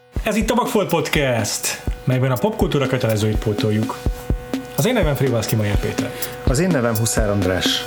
Ez itt a Vagfolt Podcast, melyben a popkultúra kötelezőit pótoljuk. Az én nevem Frivalszki Majer Péter. Az én nevem Huszár András.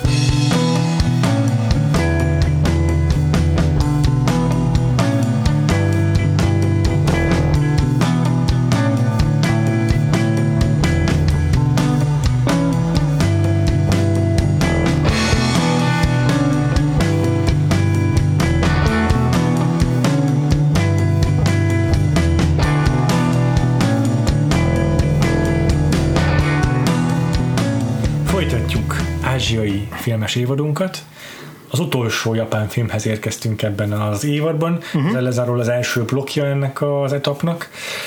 Ázsiai filmes évadunkat. Az utolsó japán filmhez érkeztünk ebben az évadban. Ez lezárul az első blokkja ennek az etapnak.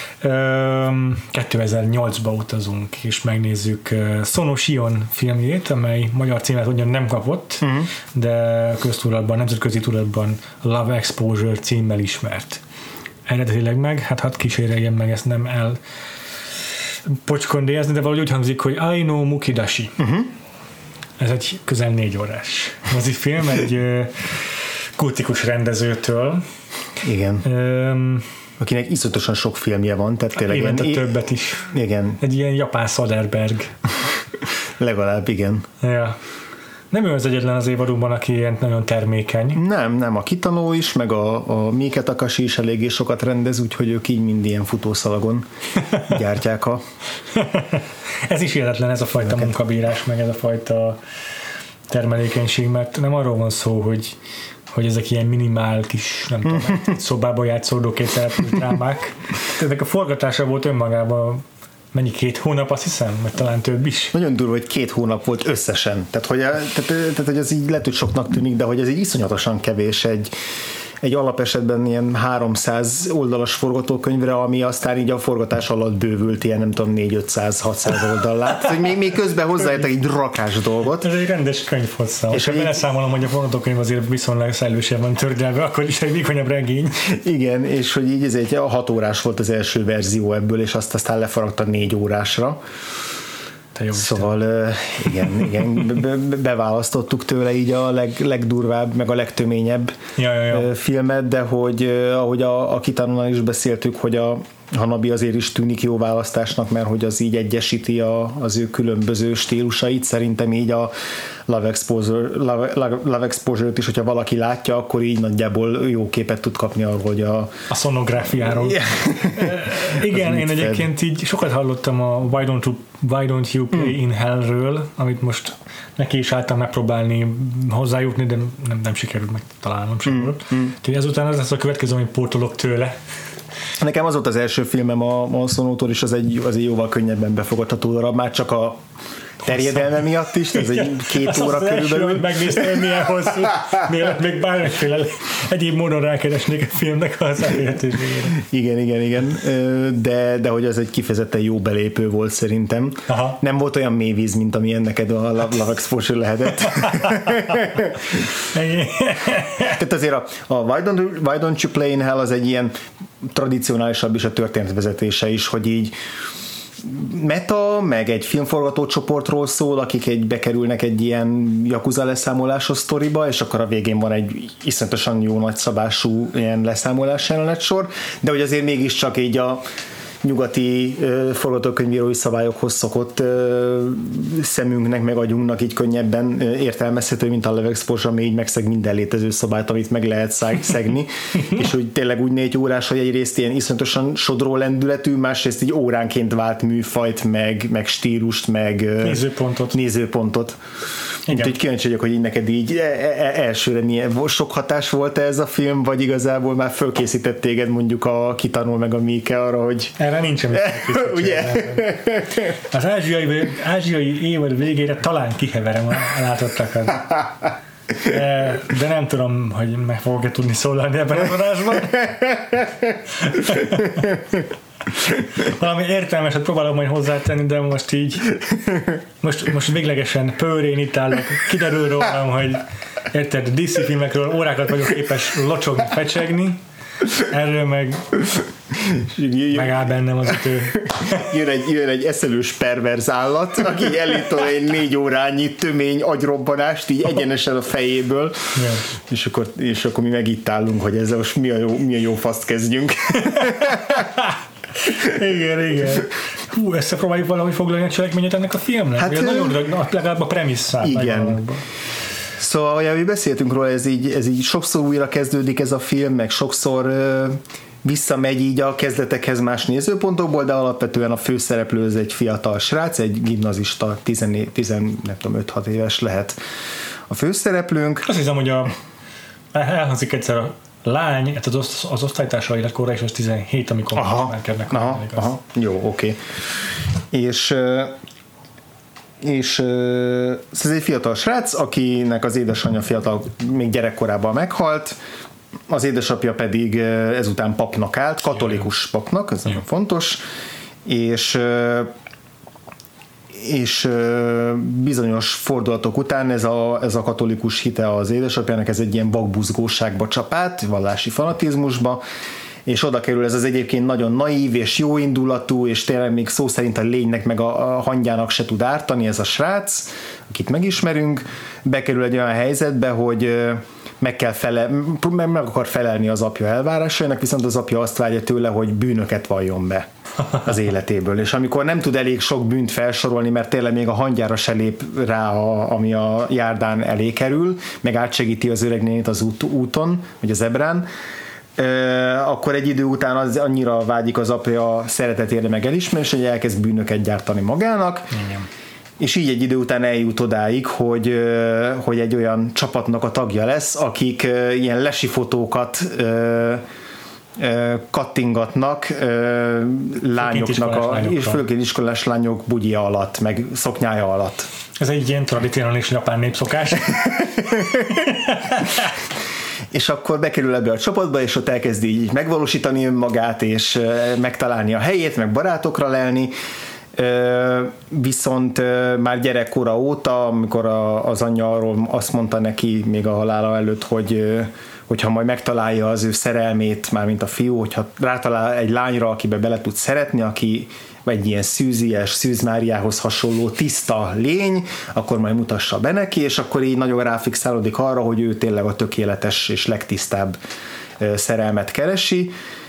2008-ba utazunk, és megnézzük Sono Shion filmjét, amely magyar címet ugyan nem kapott, de köztudatban, nemzetközi tudatban Love Exposure címmel ismert. Eredetileg meg, hát hadd kíséreljem meg ezt nem pocskondézni, de valahogy úgy hangzik, hogy Aino Mukidashi. Ez egy közel 4 órás mozifilm, egy kultikus rendezőtől. Igen. Akinek iszonyatosan sok filmje van, tehát tényleg évente többet is. Igen. Egy ilyen japán Soderbergh. Legalább, igen. Ja. Nem ő az egyetlen az évadunkban, aki ilyen nagyon termékeny. Nem, a Kitano is, meg a Miike Takashi is eléggé sokat rendez, úgyhogy ők így mind ilyen futószalagon gyártják Ez is életlen, ez a fajta munkabírás, meg ez a fajta termelékenység, mert nem arról van szó, hogy ezek ilyen minimál kis, nem tudom, egy szobában játszódó kétszereplős drámák. Ennek a forgatása volt önmagában mennyi, 2 hónap, azt hiszem, vagy talán több is. Nagyon durva, hogy 2 hónap volt összesen. Tehát, hogy ez így lehet, hogy soknak tűnik, de hogy ez így iszonyatosan kevés egy alapesetben ilyen 300 oldalas forgatókönyvre, ami aztán így a forgatás alatt bővült ilyen, nem tudom, 400-500-600 oldallá. Tehát, hogy még közben hozzájöttek egy rakás dolgot. Ez egy rendes könyv hossza. És ha beleszámolom, hogy a forgatókönyv azért viszonylag szellősen van tördelve, akkor is egy vékonyabb regény. Igen, és hogy így ez egy 6 órás volt az első verzió ebből, és azt aztán lefaragta 4 órásra. Szóval igen, beválasztottuk tőle így a legdurvább, meg a legtöményebb filmet, de hogy ahogy a Kitanónál is beszéltük, hogy a Hanabi azért is tűnik jó választásnak, mert hogy az így egyesíti az ő különböző stílusait. Szerintem így a Love Exposure-t is, hogyha valaki látja, akkor így nagyjából jó képet tud kapni arról, hogy a szonográfiáról. Igen, én egyébként így sokat hallottam a Why Don't You Play in Hell-ről, amit most neki is álltam megpróbálni hozzájutni, de nem sikerült megtalálnom sem. Ezután az lesz a következő, amit pótolok tőle. Nekem az volt az első filmem a Sonótól, és az egy jóval könnyebben befogadható darab, már csak a terjedelme miatt is, ez egy 2 óra körülbelül. Azt megnéztem, hogy milyen hosszú, mielőtt még bármiféle egyéb módon rákeresnék a filmnek az elérhetőségére. Igen, de hogy az egy kifejezetten jó belépő volt szerintem. Aha. Nem volt olyan mély víz, mint amilyen neked a Love Exposure lehetett. Tehát azért a Why Don't You Play in Hell az egy ilyen tradicionálisabb is a történetvezetése is, hogy így meta, meg egy filmforgató csoportról szól, akik bekerülnek egy ilyen Yakuza leszámolásos sztoriba, és akkor a végén van egy iszonyatosan jó nagyszabású ilyen leszámolás jelenet sor, de hogy azért mégiscsak így a nyugati forgatókönyvírói szabályokhoz szokott szemünknek, meg agyunknak így könnyebben értelmezhető, mint a Love Exposure, ami így megszeg minden létező szabályt, amit meg lehet szegni, és úgy tényleg úgy 4 órás, hogy egyrészt ilyen iszonyatosan sodró lendületű, másrészt így óránként vált műfajt, meg stílust, meg nézőpontot. Úgyhogy kíváncsi vagyok, hogy így neked így elsőre milyen sok hatás volt ez a film, vagy igazából már fölkészített téged mondjuk a Kitano meg a Miike arra, hogy... Erre nincs, amit ugye? Az ázsiai évad végére talán kiheverem a látottakat. De nem tudom, hogy meg fogok-e tudni szólalni ebben az adásban. Valami értelmeset próbálom majd hozzátenni, de most így most véglegesen pőrén itt állok, kiderül rólam, hogy érted, DC filmekről órákat vagyok képes locsogni, fecsegni, Erről megáll bennem az ütő. Jön egy eszelős perverz állat, aki elítol egy 4 órányi tömény agyrobbanást így egyenesen a fejéből, és akkor mi meg itt állunk, hogy ezzel most mi a jó faszt kezdjünk. Igen. Összepróbáljuk valahogy foglalni a cselekményet ennek a filmnek? Hát, nagyon legalább a premisszát. Igen. Szóval, ahogy beszéltünk róla, ez így sokszor újra kezdődik ez a film, meg sokszor visszamegy így a kezdetekhez más nézőpontokból, de alapvetően a főszereplő ez egy fiatal srác, egy gimnazista, 5-6 éves lehet a főszereplőnk. Azt hiszem, hogy elhangzik egyszer a lány, az osztálytársa életkorra, és az 17, amikor ismerkednek. Jó, oké. És ez egy fiatal srác, akinek az édesanyja még gyerekkorában meghalt, az édesapja pedig ezután papnak állt, katolikus papnak, ez nagyon fontos, és bizonyos fordulatok után ez a katolikus hite az édesapjának, ez egy ilyen vakbuzgóságba csap át, vallási fanatizmusba, és oda kerül ez az egyébként nagyon naív és jóindulatú, és tényleg még szó szerint a lénynek meg a hangyának se tud ártani ez a srác, akit megismerünk, bekerül egy olyan helyzetbe, hogy meg akar felelni az apja elvárásainak, viszont az apja azt várja tőle, hogy bűnöket valljon be az életéből, és amikor nem tud elég sok bűnt felsorolni, mert tényleg még a hangyára se lép rá, ami a járdán elé kerül, meg átsegíti az öreg nénit az úton, vagy az ebrán, akkor egy idő után annyira vágyik az apja szeretetére meg elismerés, hogy elkezd bűnöket gyártani magának. Igen. És így egy idő után eljut odáig, hogy egy olyan csapatnak a tagja lesz, akik ilyen lesi fotókat kattingatnak lányoknak, és főként iskolás lányok bugyja alatt, meg szoknyája alatt. Ez egy ilyen tradicionális japán népszokás. És akkor bekerül ebbe a csapatba, és ott elkezdi így megvalósítani önmagát, és megtalálni a helyét, meg barátokra lelni, viszont már gyerekkora óta, amikor az anyja arról azt mondta neki még a halála előtt, hogyha majd megtalálja az ő szerelmét, mármint a fiú, hogyha rátalál egy lányra, akibe bele tud szeretni, aki egy ilyen szűzies, Szűz Máriához hasonló tiszta lény, akkor majd mutassa be neki, és akkor így nagyon ráfixálódik arra, hogy ő tényleg a tökéletes és legtisztább szerelmet keresi,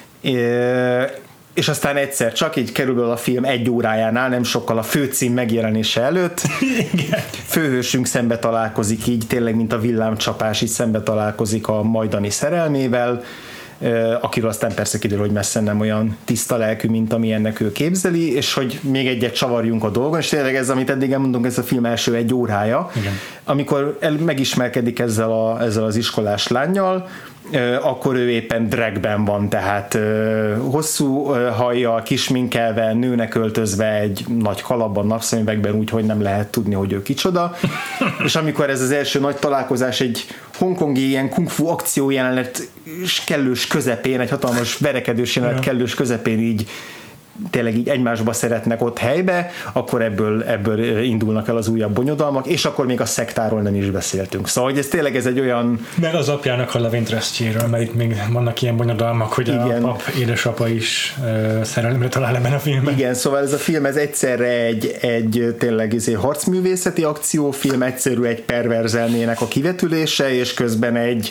és aztán egyszer csak így körülbelül a film 1 órájánál, nem sokkal a főcím megjelenése előtt főhősünk szembe találkozik így, tényleg mint a villámcsapás, így szembe találkozik a majdani szerelmével, akiről aztán persze kiderül, hogy messze nem olyan tiszta lelkű, mint amilyennek ő képzeli, és hogy még egyet csavarjunk a dolgon, és tényleg ez, amit eddig elmondunk, ez a film első 1 órája, igen. Amikor megismerkedik ezzel az iskolás lánnyal, akkor ő éppen dragben van, tehát hosszú hajjal, kisminkelve, nőnek öltözve egy nagy kalapban, napszemüvegben, úgyhogy nem lehet tudni, hogy ő kicsoda. És amikor ez az első nagy találkozás egy hongkongi ilyen kung fu akció jelenet kellős közepén, egy hatalmas verekedős jelenet kellős közepén így tényleg így egymásba szeretnek ott helybe, akkor ebből indulnak el az újabb bonyodalmak, és akkor még a szektáról nem is beszéltünk. Szóval, hogy ez tényleg ez egy olyan... Meg az apjának a love interestjéről, mert itt még vannak ilyen bonyodalmak, hogy igen. A pap édesapa is szerelemre talál ebben a filmben. Igen, szóval ez a film ez egyszerre egy tényleg harcművészeti akciófilm, egyszerű egy perverzelmének a kivetülése, és közben egy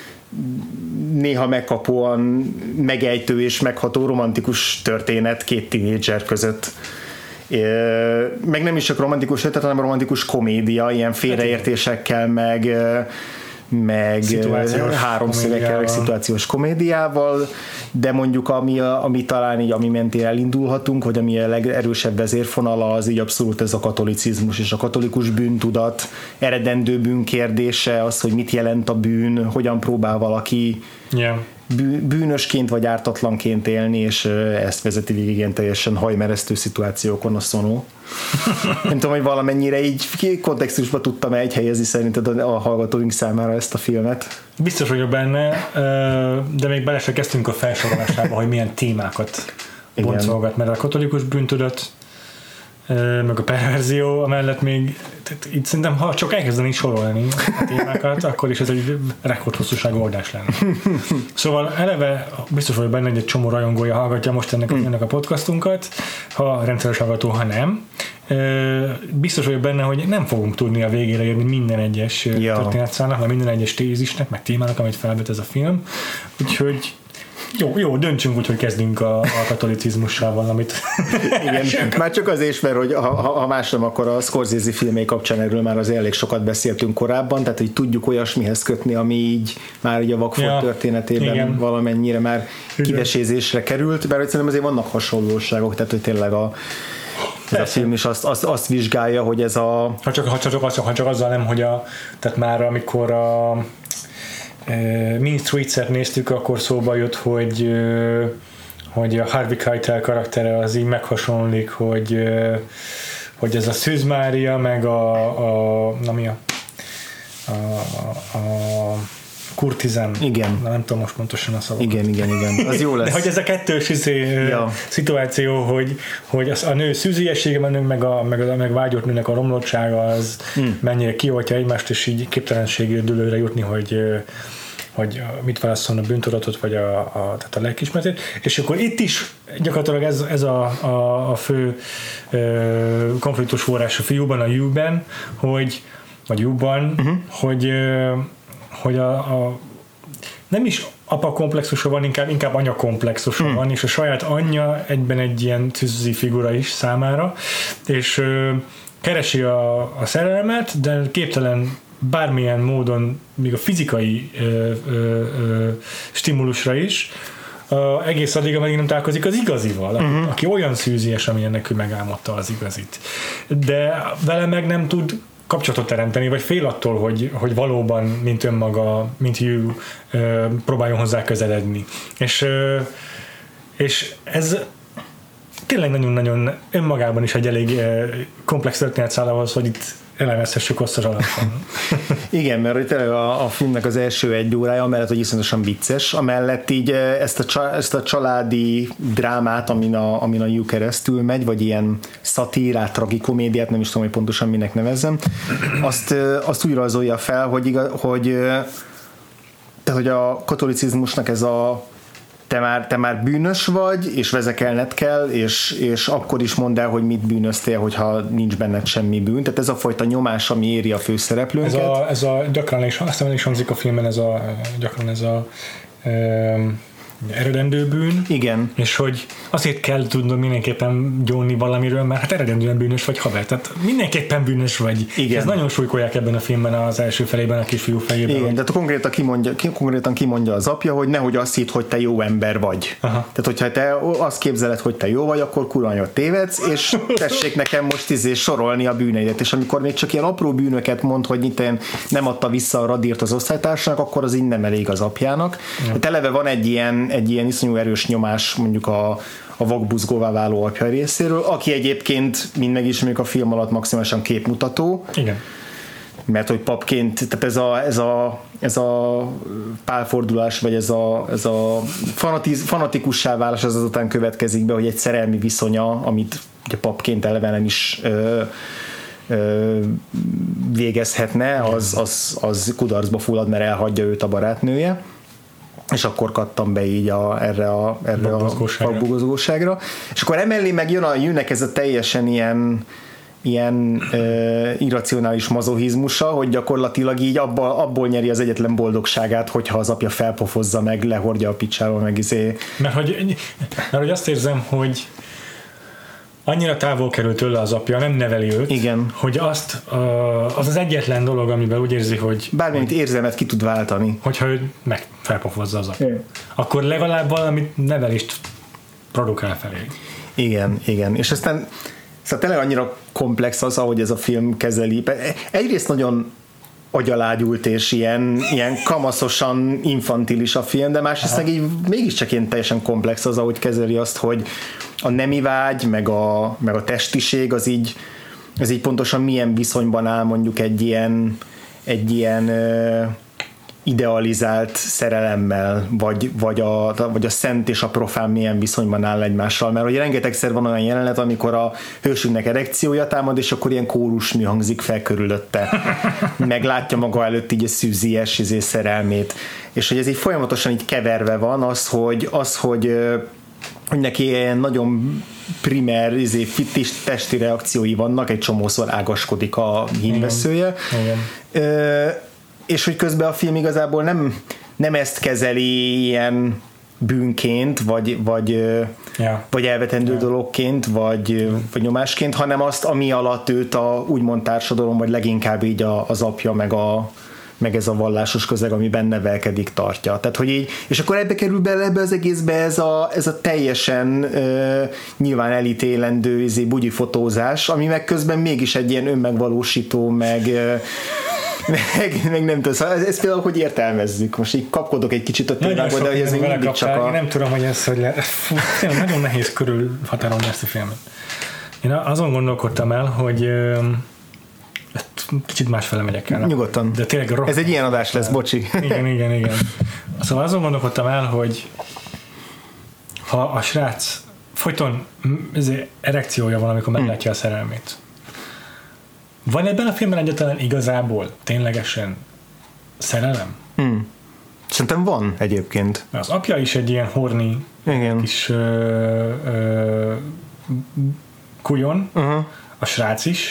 néha megkapóan megejtő és megható romantikus történet 2 tínédzser között. Meg nem is csak romantikus történet, hanem romantikus komédia, ilyen félreértésekkel, meg háromszögekkel, meg szituációs komédiával, de mondjuk ami talán így, ami mentén elindulhatunk, hogy ami a legerősebb vezérfonala, az így abszolút ez a katolicizmus és a katolikus bűntudat, eredendő bűnkérdése, az, hogy mit jelent a bűn, hogyan próbál valaki bűnösként vagy ártatlanként élni, és ezt vezeti végig ilyen teljesen hajmeresztő szituációkon a Sono. Nem tudom, hogy valamennyire így kontextusba tudtam helyezni szerinted a hallgatóink számára ezt a filmet. Biztos vagyok benne, de még bele se kezdtünk a felsorolásába, hogy milyen témákat boncolgat, mert a katolikus bűntudat meg a perverzió, amellett még itt szerintem, ha csak elkezdeni sorolni a témákat, akkor is ez egy rekordhosszúságú oldás lenne. Szóval eleve biztos vagyok benne, hogy egy csomó rajongója hallgatja most ennek a podcastunkat, ha rendszeres hallgató, ha nem. Biztos vagyok benne, hogy nem fogunk tudni a végére jönni minden egyes történetszálnak, meg minden egyes tézisnek, meg témának, amit felvet ez a film. Úgyhogy jó, döntsünk úgy, hogy kezdünk a katolicizmussal valamit. Igen, már csak azért is, mert hogy ha más nem, akkor a Scorsese filmé kapcsán erről már az elég sokat beszéltünk korábban, tehát hogy tudjuk olyasmihez kötni, ami így már így a Vakfolt történetében igen. valamennyire már kivesézésre került, mert szerintem azért vannak hasonlóságok, tehát hogy tényleg ez a film is azt vizsgálja, hogy ez a... Ha csak azzal nem, hogy tehát már amikor a Mean Streets-et néztük, akkor szóba jött, hogy a Harvey Keitel karaktere az így meghasonlik, hogy ez a Szűz Mária, meg a kurtizán. Igen. Nem tudom most pontosan a szavakat. Igen. Az jó lesz. De hogy ez a kettős szituáció, hogy a nő szűziesége, meg vágyott nőnek a romlottsága, az mennyire kioltja egymást, és így képtelenségű dőlőre jutni, hogy mit válasszon a bűntudatot, vagy tehát a lelkiismeretét. És akkor itt is gyakorlatilag ez a fő konfliktus forrás a fiúban, a You-ben, vagy You-ban, hogy a nem is apa komplexusa van, inkább anya komplexusa van, és a saját anyja egyben egy ilyen tűzi figura is számára, és keresi a szerelmet, de képtelen bármilyen módon, még a fizikai stimulusra is, egész addig, ameddig nem találkozik az igazival, aki olyan szűzies, amilyennek ő megálmodta az igazit. De vele meg nem tud kapcsolatot teremteni, vagy fél attól, hogy valóban, mint önmaga, mint You, próbáljon hozzá közeledni. És ez tényleg nagyon-nagyon önmagában is egy elég komplex történetszál ahhoz, hogy itt elemezhessük hosszas alapan. Igen, mert tényleg a filmnek az első egy órája, amellett, hogy iszonyatosan vicces, amellett így ezt a családi drámát, amin a You keresztül megy, vagy ilyen szatírát, tragikomédiát, nem is tudom, hogy pontosan minek nevezzem, azt úgy rajzolja fel, hogy a katolicizmusnak ez a te már bűnös vagy, és vezekelned kell, és akkor is mondd el, hogy mit bűnöztél, hogyha nincs benned semmi bűn. Tehát ez a fajta nyomás, ami éri a főszereplőnket. Ez a gyakran is, aztán is hangzik a filmben, gyakran ez a eredendő bűn. Igen. És hogy azért kell tudnom mindenképpen gyónni valamiről, mert hát eredendően bűnös vagy haver. Tehát mindenképpen bűnös vagy. Igen. Ez nagyon súlykolják ebben a filmben az első felében a kisfiú fejében. Igen, de konkrétan kimondja az apja, hogy nehogy azt hidd, hogy te jó ember vagy. Aha. Tehát hogyha te azt képzeled, hogy te jó vagy, akkor kurva nagyot tévedsz, és tessék nekem most sorolni a bűneidet. És amikor még csak ilyen apró bűnöket mond, hogy nem adta vissza a radírt az osztálytársnak, akkor az így nem elég az apjának. Ja. Eleve van egy ilyen iszonyú erős nyomás mondjuk a vakbuzgóvá váló apja részéről, aki egyébként, mint megismerjük a film alatt, maximálisan képmutató. Igen. Mert hogy papként, tehát ez a pálfordulás, vagy ez a fanatikussá válás az azután következik be, hogy egy szerelmi viszonya, amit ugye papként eleve nem is végezhetne, az kudarcba fullad, mert elhagyja őt a barátnője. És akkor kattam be így erre a vakbuzgóságra. És akkor emellé meg jönnek ez a teljesen ilyen irracionális mazohizmusa, hogy gyakorlatilag így abból nyeri az egyetlen boldogságát, hogyha az apja felpofozza meg, lehordja a picsába, meg Mert hogy azt érzem, hogy annyira távol került tőle az apja, nem neveli őt, igen. Hogy az egyetlen dolog, amiben úgy érzi, hogy... Bármilyen érzelmet ki tud váltani. Hogyha ő meg felpofozza az apja. Akkor legalább valami nevelést produkál felé. Igen. És aztán tényleg annyira komplex az, ahogy ez a film kezeli. Egyrészt nagyon agyalágyult és ilyen kamaszosan infantilis a film, de másrészt meg így mégiscsak ilyen teljesen komplex az, ahogy kezeli azt, hogy a nemi vágy, meg a testiség az így pontosan milyen viszonyban áll mondjuk egy ilyen idealizált szerelemmel, vagy a szent és a profán milyen viszonyban áll egymással, mert ugye rengetegszer van olyan jelenet, amikor a hősünknek erekciója támad, és akkor ilyen kórusmű hangzik fel körülötte, meg látja maga előtt így a szűzies szerelmét, és hogy ez így folyamatosan így keverve van hogy neki ilyen nagyon primer testi reakciói vannak, egy csomószor ágaskodik a hímveszője. És hogy közben a film igazából nem ezt kezeli ilyen bűnként, vagy elvetendő dologként, vagy nyomásként, hanem azt, ami alatt őt a úgymond társadalom, vagy leginkább így az apja, meg ez a vallásos közeg, ami benne nevelkedik, tartja. Tehát, hogy így, és akkor ebbe kerül bele ebbe az egészbe ez a teljesen nyilván elítélendő bugyifotózás, ami meg közben mégis egy ilyen önmegvalósító, meg nem tudom, ez például, hogy értelmezzük. Most így kapkodok egy kicsit a témából, de hogy ez még mindig csak Én nem tudom, hogy ez hogy lehet. Nagyon nehéz körül határolni ezt a filmet. Én azon gondolkodtam el, hogy kicsit másfele megyek el. Nyugodtan. De tényleg ez egy ilyen adás lesz, bocsi. Igen. Szóval azon gondolkodtam el, hogy ha a srác folyton erekciója van, amikor meglátja a szerelmét. Van ebben a filmben egyáltalán igazából ténylegesen szerelem? Szerintem van egyébként. Az apja is egy ilyen horny kis kujon, a srác is.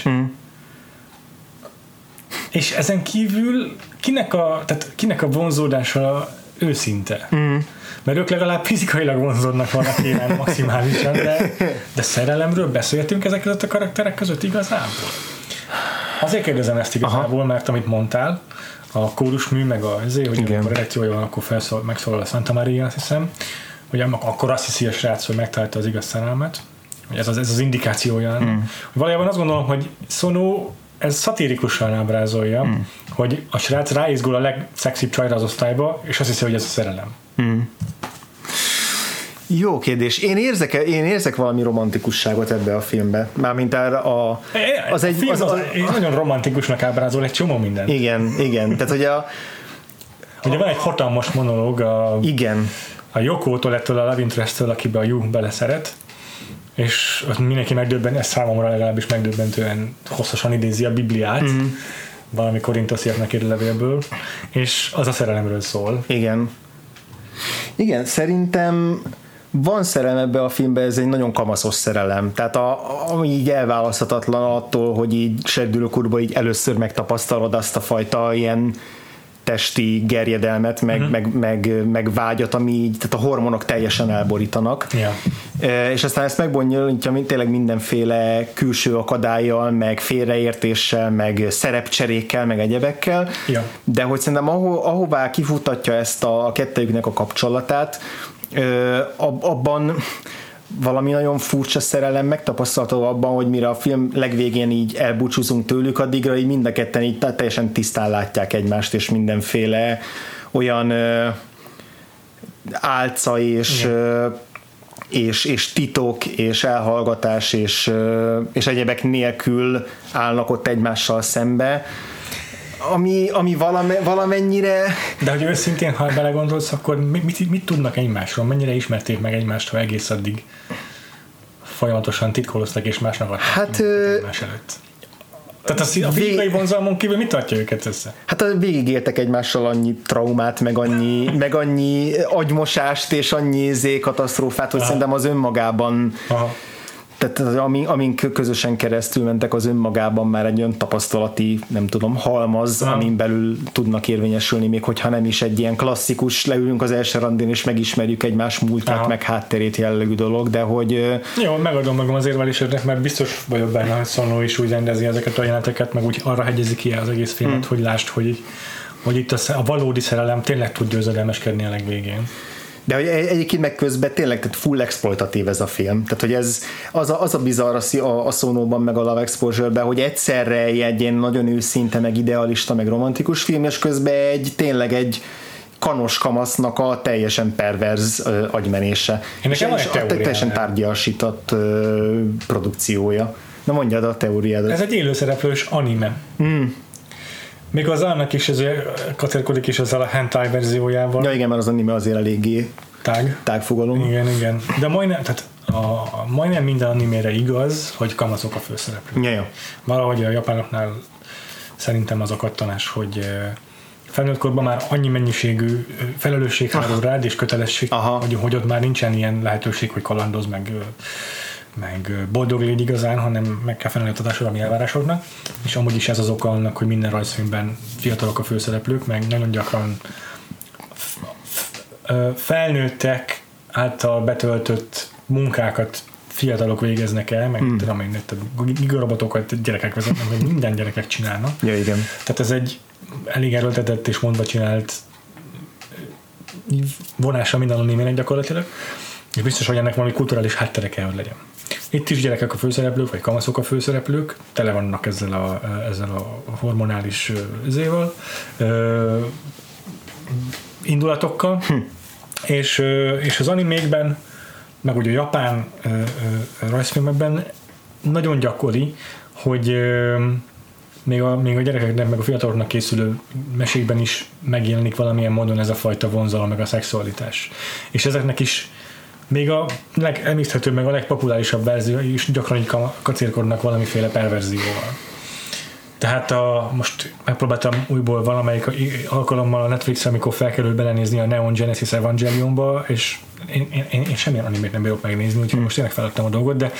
És ezen kívül kinek a vonzódása őszinte? Mert ők legalább fizikailag vonzódnak valakivel maximálisan, de szerelemről beszéltünk ezek között a karakterek között igazából? Azért kérdezem ezt igazából, mert amit mondtál, a kórusmű, meg hogy amikor erekciója van, akkor megszólal a Santa Maria, azt hiszem, hogy akkor azt hiszi a srác, hogy megtalálta az igaz szerelmet, hogy ez az indikációja. Valójában azt gondolom, hogy Sono ez szatirikusan ábrázolja, hogy a srác ráizgul a legszexibb csajra az osztályba, és azt hiszi, hogy ez a szerelem. Jó kérdés. Én érzek valami romantikusságot ebbe a filmbe. Mármint nagyon romantikusnak ábrázol egy csomó mindent. Igen. Tehát, ugye van egy hatalmas monológ a Yoko-tól, ettől a Love Interest-től, akibe a Yu beleszeret, és mindenki megdöbben, ez számomra legalábbis megdöbbentően hosszasan idézi a Bibliát, valami korintosziaknak írt levélből, és az a szerelemről szól. Igen, szerintem van szerelem ebbe a filmbe, ez egy nagyon kamaszos szerelem. Tehát ami így elválaszthatatlan attól, hogy így serdülőkorban így először megtapasztalod azt a fajta ilyen testi gerjedelmet, meg vágyat, ami így, tehát a hormonok teljesen elborítanak. És aztán ezt megbonyolítja tényleg mindenféle külső akadályjal, meg félreértéssel, meg szerepcserékkel, meg egyebekkel, de hogy szerintem ahová kifutatja ezt a kettejüknek a kapcsolatát, abban valami nagyon furcsa szerelem megtapasztalható abban, hogy mire a film legvégén így elbúcsúzunk tőlük, addigra így mind a ketten így teljesen tisztán látják egymást, és mindenféle olyan álca és titok, és elhallgatás, és egyebek nélkül állnak ott egymással szembe, ami valamennyire... De hogy őszintén, ha belegondolsz, akkor mit tudnak egymásról? Mennyire ismerték meg egymást, ha egész addig folyamatosan titkoloztak és másnak adták egymás előtt? Tehát a fizikai vonzalmon kívül mit tartja őket össze? Hát végigéltek egymással annyi traumát, meg annyi agymosást és annyi katasztrófát, hogy szerintem az önmagában... Tehát amin közösen keresztül mentek, az önmagában már egy olyan tapasztalati, nem tudom, halmaz, amin belül tudnak érvényesülni, még hogyha nem is egy ilyen klasszikus, leülünk az első randin és megismerjük egymás múltát, meg hátterét jellegű dolog, de hogy... Jó, megadom magam az érvelésednek, mert biztos vagyok benne, hogy Sono is úgy rendezi ezeket a jeleneteket, meg úgy arra hegyezi ki az egész filmet, hogy lásd, hogy itt a valódi szerelem tényleg tud győzedelmeskedni a legvégén. De hogy egyébként meg közben tényleg tehát full exploitatív ez a film. Tehát, hogy ez az a bizarr a Sonóban meg a Love Exposure-ben, hogy egyszerre egy ilyen nagyon őszinte, meg idealista, meg romantikus film, és közben tényleg egy kanos kamasznak a teljesen perverz agymenése. És teljesen tárgyasított produkciója. Na mondjad a teóriádat. Ez egy élőszereplős anime. Még az annak is kacérkodik is ezzel a hentai verziójával. Ja igen, mert az anime azért eléggé tágfogalom. Igen. De majdnem, tehát majdnem minden animére igaz, hogy kamaszok a főszereplők. Ja. Valahogy a japánoknál szerintem az a kattanás, hogy felnőtt korban már annyi mennyiségű felelősség hárul rád és kötelesség, hogy ott már nincsen ilyen lehetőség, hogy kalandoz, meg boldog légy igazán, hanem meg kell felelni a társadalmi elvárásoknak, és amúgy is ez az oka annak, hogy minden rajzfilmben fiatalok a főszereplők, meg nagyon gyakran felnőttek által betöltött munkákat fiatalok végeznek el, meg tudom én, gigarobotokat gyerekek vezetnek, meg minden gyerekek csinálnak. Ja, igen. Tehát ez egy elég erőltetett és mondva csinált vonása minden animének gyakorlatilag, és biztos, hogy ennek valami kulturális háttere kell, hogy legyen. Itt is gyerekek a főszereplők, vagy kamaszok a főszereplők, tele vannak ezzel a hormonális indulatokkal, és az animékben, meg ugye a japán rajzfilmekben nagyon gyakori, hogy még a gyerekeknek, meg a fiataloknak készülő mesékben is megjelenik valamilyen módon ez a fajta vonzalom, meg a szexualitás. És ezeknek is még a legemészthetőbb, meg a legpopulárisabb verzió is gyakran így kacérkodnak valamiféle perverzióval. Tehát most megpróbáltam újból valamelyik alkalommal a Netflixen, amikor felkerült belenézni a Neon Genesis Evangelionba, és én semmilyen animét nem bírok megnézni, úgyhogy most tényleg feladtam a dolgot, de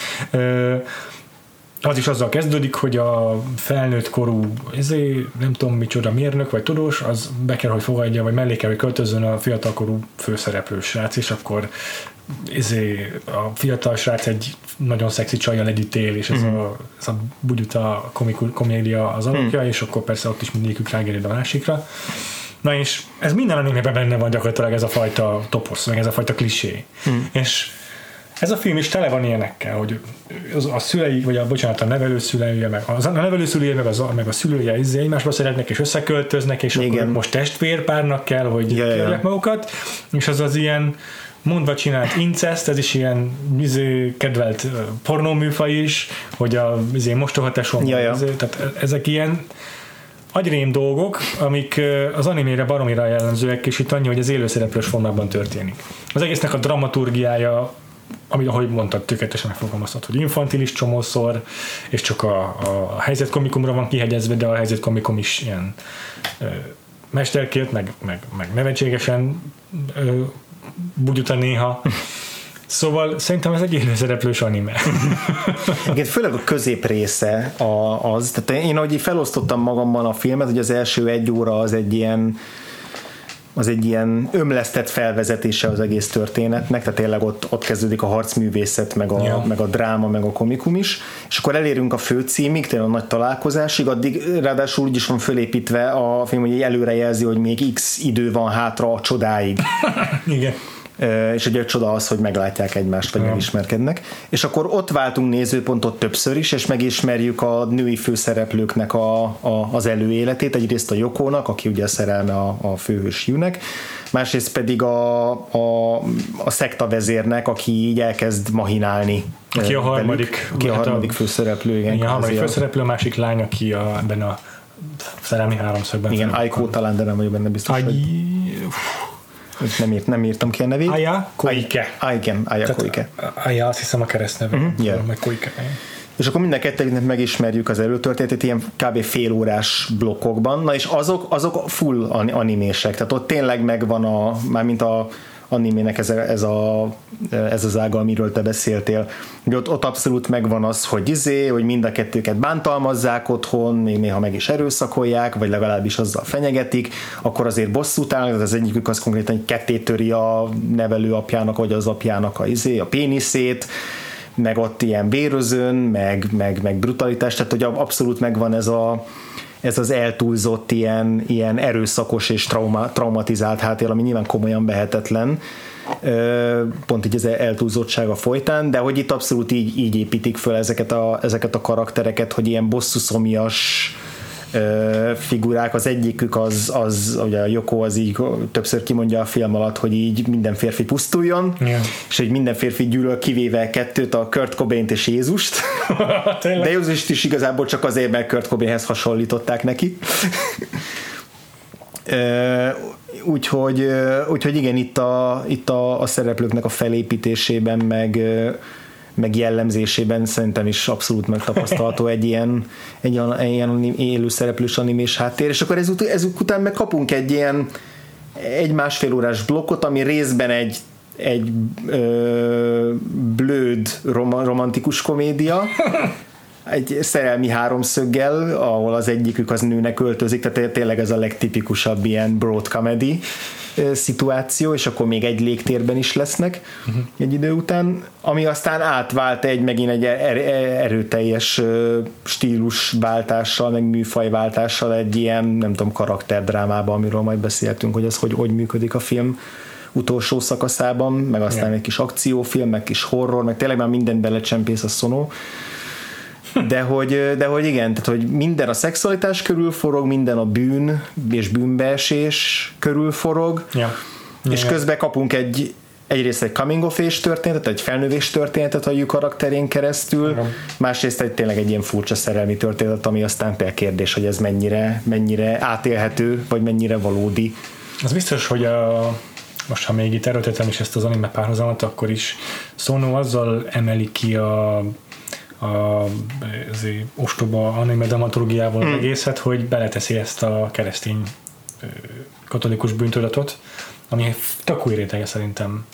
az is azzal kezdődik, hogy a felnőtt korú nem tudom micsoda mérnök vagy tudós, az be kell, hogy fogadja, vagy mellé kell, hogy költözzön a fiatalkorú főszereplő srác, és akkor a fiatal srác egy nagyon szexi csajjal együtt él, és ez a bugyuta komédia az alapja, és akkor persze ott is mindegyikük rágered a másikra. Na és ez minden animében benne van gyakorlatilag ez a fajta toposz, meg ez a fajta klisé. És ez a film is tele van ilyenekkel, hogy a szülei, vagy a nevelőszülője, meg a szülője egymásba szeretnek, és összeköltöznek, és akkor most testvérpárnak kell, hogy kérjek magukat, és az ilyen mondva csinált incest, ez is ilyen kedvelt pornóműfaj is, hogy a mostohateson, tehát ezek ilyen agyrém dolgok, amik az animére baromira jellemzőek, és itt annyi, hogy az élőszereplős formában történik. Az egésznek a dramaturgiája, ami, ahogy mondtad, tökéletesen megfogalmazhat, hogy infantilis csomószor, és csak a helyzetkomikumra van kihegyezve, de a helyzetkomikum is ilyen mesterkélt, meg nevetségesen bugyuta néha. Szóval szerintem ez egy élőszereplős anime. Igen, főleg a közép része az, tehát én ahogy felosztottam magamban a filmet, hogy az első 1 óra az egy ilyen ömlesztett felvezetése az egész történetnek, tehát tényleg ott kezdődik a harcművészet, meg a dráma, meg a komikum is, és akkor elérünk a főcímig, tényleg a nagy találkozásig, addig ráadásul úgy is van fölépítve a film, hogy előre jelzi, hogy még x idő van hátra a csodáig. Igen. És ugye a csoda az, hogy meglátják egymást, vagy megismerkednek. És akkor ott váltunk nézőpontot többször is, és megismerjük a női főszereplőknek az előéletét. Egyrészt a Yokónak, aki ugye a szerelme a főhős Yunek, másrészt pedig a szekta vezérnek, aki így elkezd mahinálni. Aki a harmadik főszereplő. Igen, a harmadik főszereplő, a másik lány, aki ebben a szerelmi háromszögben. Igen, Aiko talán, de nem vagyok benne biztos, nem írtam ki a nevét. Aya Koike. Aya Koike. Aya, azt hiszem a keresztneve. Meg Koike. És akkor mind a kettőnek megismerjük az előtörténetet ilyen kb. Fél órás blokkokban. Na és azok full animések. Tehát ott tényleg megvan mármint a animének ez az ága, amiről te beszéltél. Ott abszolút megvan az, hogy mind a kettőket bántalmazzák otthon, még néha meg is erőszakolják, vagy legalábbis azzal fenyegetik, akkor azért bosszút állnak, az egyikük az konkrétan kettétöri a nevelőapjának, vagy az apjának a péniszét, meg ott ilyen bérözön, meg brutalitás, tehát hogy abszolút megvan ez az eltúlzott ilyen erőszakos és traumatizált háttér, ami nyilván komolyan vehetetlen, pont így az eltúlzottsága folytán, de hogy itt abszolút így építik föl ezeket a karaktereket, hogy ilyen bosszúszomjas figurák, az egyikük az ugye a Yoko az így többször kimondja a film alatt, hogy így minden férfi pusztuljon, és hogy minden férfi gyűlöl, kivéve kettőt, a Kurt Cobaint és Jézust. De Jézust is igazából csak azért, mert Kurt Cobainhez hasonlították neki. Úgyhogy igen, itt a szereplőknek a felépítésében, meg jellemzésében szerintem is abszolút megtapasztalható egy ilyen élő szereplős animés háttér, és akkor ezek után meg kapunk egy másfél órás blokkot, ami részben egy blőd romantikus komédia, egy szerelmi háromszöggel, ahol az egyikük az nőnek öltözik, tehát tényleg ez a legtipikusabb ilyen broad comedy szituáció, és akkor még egy légtérben is lesznek egy idő után, ami aztán átvált megint egy erőteljes stílusváltással, meg műfajváltással egy ilyen, nem tudom, karakterdrámába, amiről majd beszéltünk, hogy ez hogy működik a film utolsó szakaszában, meg aztán egy kis akciófilm, meg kis horror, meg tényleg már minden belecsempész a Sono. De hogy igen, tehát hogy minden a szexualitás körül forog, minden a bűn és bűnbeesés körül forog, és közben kapunk egyrészt egy coming of age történetet, egy felnövés történetet a Yu karakterén keresztül, másrészt tényleg egy ilyen furcsa szerelmi történetet, ami aztán például kérdés, hogy ez mennyire átélhető, vagy mennyire valódi. Az biztos, hogy most ha még itt erőltetem is ezt az anime párhuzamot, akkor is Sono azzal emeli ki az ostoba anime dramaturgiával az egészet, hogy beleteszi ezt a keresztény katolikus bűntudatot, ami tök új rétege szerintem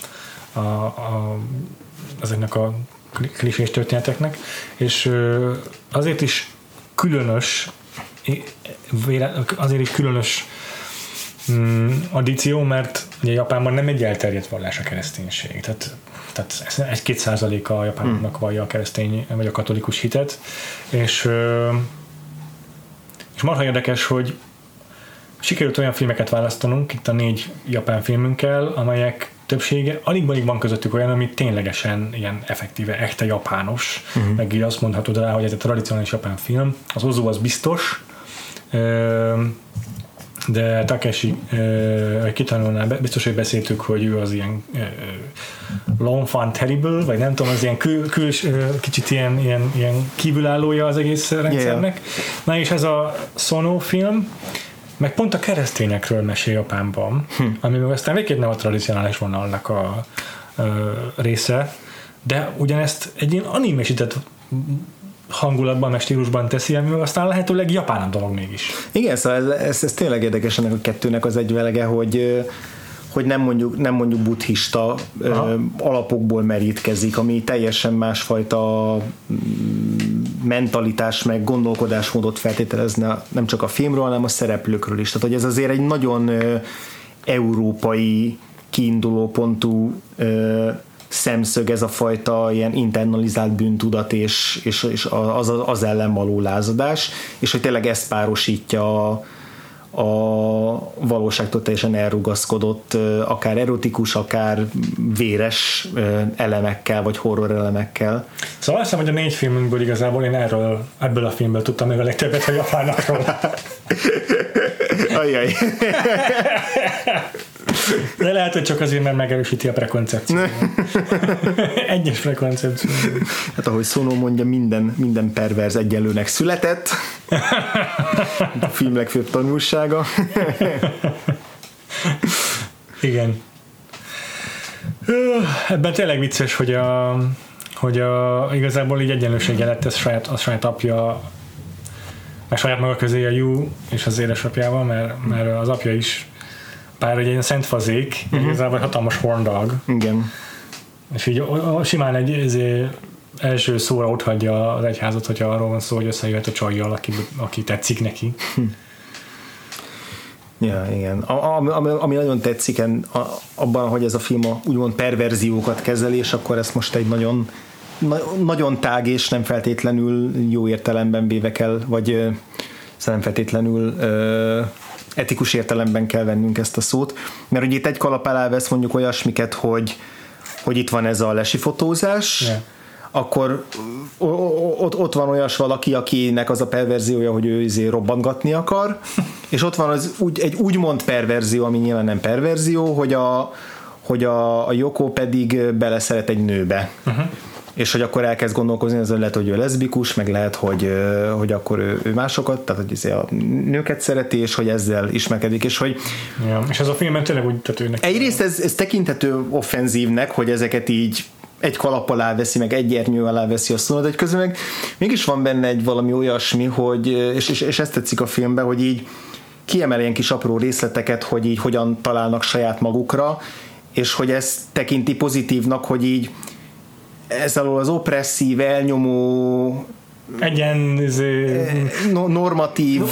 ezeknek a klisés történeteknek, és azért is különös addíció, mert ugye Japánban nem egy elterjedt vallás a kereszténység, tehát 1-2% a japánoknak vallja a keresztény vagy a katolikus hitet, és marha érdekes, hogy sikerült olyan filmeket választanunk itt a 4 japán filmünkkel, amelyek többsége, alig van közöttük olyan, ami ténylegesen ilyen effektíve, echte japános, meg így azt mondhatod rá, hogy ez egy tradicionális japán film. Az Ozu az biztos, de Takeshi Kitanónál biztos, hogy beszéltük, hogy ő az ilyen l'enfant terrible, vagy nem tudom, az ilyen kicsit ilyen kívülállója az egész rendszernek. Na és ez a Sono film, meg pont a keresztényekről mesél Japánban, ami meg aztán végképp nem a tradicionális vonalnak a része, de ugyanezt egy ilyen animésített hangulatban, meg stílusban teszi, ami aztán lehetőleg japánabb dolog mégis. Igen, szóval ez tényleg érdekes ennek a kettőnek az egyvelege, hogy nem mondjuk buddhista alapokból merítkezik, ami teljesen másfajta mentalitás meg gondolkodásmódot feltételezne nem csak a filmről, hanem a szereplőkről is. Tehát, hogy ez azért egy nagyon európai kiindulópontú szemszög, ez a fajta ilyen internalizált bűntudat és az ellen való lázadás, és hogy tényleg ezt párosítja a valóságtól teljesen elrugaszkodott, akár erotikus, akár véres elemekkel, vagy horror elemekkel. Szóval azt hiszem, hogy a 4 filmünkből igazából én ebből a filmből tudtam meg a legtöbbet a japánokról. Ajjaj. De lehet, hogy csak azért, mert megerősíti a prekoncepciót. Egyes prekoncepció. Hát ahogy Sono mondja, minden perverz egyenlőnek született. A film legfőbb tanulsága. Igen. Ebben tényleg vicces, hogy igazából így egyenlőséggel lett ez a saját apja, meg saját maga közé a Yu és az édesapjával, mert az apja is bár egy ilyen szent fazék, igazából egy hatalmas horn dog. Igen. És így simán egy első szóra ott hagyja az egyházat, hogyha arról van szó, hogy összejöhet a csajjal, aki tetszik neki. Ja, igen. Ami nagyon tetszik abban, hogy ez a film úgymond perverziókat kezeli, és akkor ezt most egy nagyon tág és nem feltétlenül jó értelemben véve kell, vagy nem feltétlenül etikus értelemben kell vennünk ezt a szót, mert ugye itt egy kalap alá vesz mondjuk olyasmiket, hogy itt van ez a lesifotózás, akkor ott van olyas valaki, akinek az a perverziója, hogy ő robbantgatni akar, és ott van egy úgymond perverzió, ami nyilván nem perverzió, hogy a Yoko pedig beleszeret egy nőbe. És hogy akkor elkezd gondolkozni, az lehet, hogy ő leszbikus, meg lehet, hogy akkor ő másokat, tehát hogy a nőket szereti, és hogy ezzel ismerkedik, és hogy... Ja, és ez a filmben tényleg úgy tetőnek. Egyrészt ez tekinthető offenzívnek, hogy ezeket így egy kalap alá veszi, meg egy ernyő alá veszi a szót, de közben meg mégis van benne egy valami olyasmi, hogy, és ezt tetszik a filmben, hogy így kiemel ilyen kis apró részleteket, hogy így hogyan találnak saját magukra, és hogy ezt tekinti pozitívnak, hogy így ez alól az opresszív, elnyomó, normatív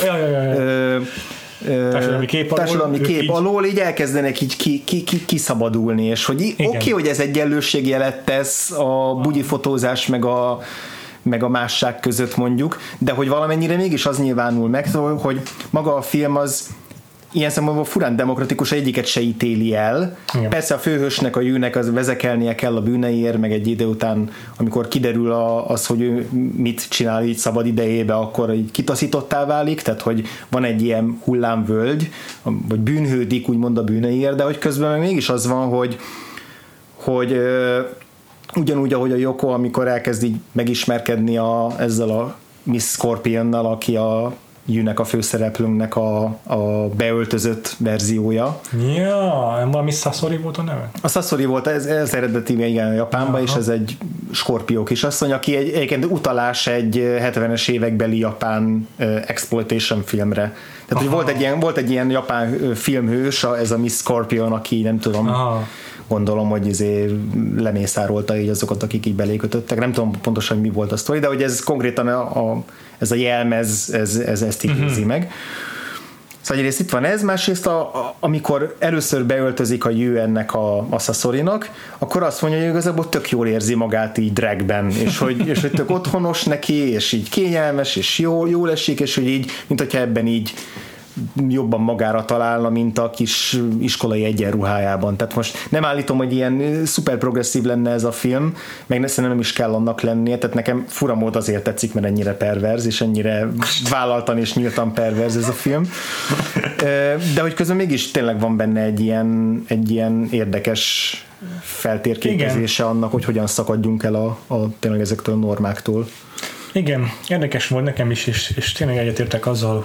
társadalmi kép alól így elkezdenek így kiszabadulni, és hogy oké, hogy ez egyenlőségjelet tesz a bugyifotózás meg a másság között mondjuk, de hogy valamennyire mégis az nyilvánul meg, hogy maga a film az ilyen szempontból furán demokratikus, egyiket se ítéli el. Igen. Persze a főhősnek, a Jűnek az vezekelnie kell a bűneiért, meg egy idő után, amikor kiderül az, hogy ő mit csinál így szabad idejébe, akkor így kitaszítottá válik, tehát hogy van egy ilyen hullámvölgy, vagy bűnhődik úgymond a bűneiért, de hogy közben meg mégis az van, hogy ugyanúgy, ahogy a Yoko, amikor elkezd így megismerkedni ezzel a Miss Scorpionnal, aki a Jűnek, a főszereplőnknek a beöltözött verziója. Ja, nem valami Sasori volt a neve? A Sasori volt, ez eredetiben igen a Japánban, és ez egy skorpió kisasszony, aki egyébként utalás egy 70-es évekbeli japán exploitation filmre. Tehát, hogy volt egy ilyen japán filmhős, ez a Miss Scorpion, aki nem tudom, gondolom, hogy lemészárolta így azokat, akik így belékötöttek. Nem tudom pontosan, mi volt a sztori, de hogy ez konkrétan ez a jelmez, ez ezt idézi meg. Szóval egyrészt itt van ez, másrészt amikor először beöltözik a Jű ennek a Sasorinak, akkor azt mondja, hogy igazából tök jól érzi magát így dragben, és hogy tök otthonos neki, és így kényelmes, és jól esik, és hogy így, mint hogyha ebben így jobban magára találna, mint a kis iskolai egyenruhájában. Tehát most nem állítom, hogy ilyen szuper progresszív lenne ez a film, meg szerintem nem is kell annak lennie, tehát nekem fura mód azért tetszik, mert ennyire perverz, és ennyire vállaltan és nyíltan perverz ez a film. De hogy közben mégis tényleg van benne egy ilyen érdekes feltérképezése annak, hogy hogyan szakadjunk el tényleg ezektől a normáktól. Igen, érdekes volt nekem is, és tényleg egyetértek azzal,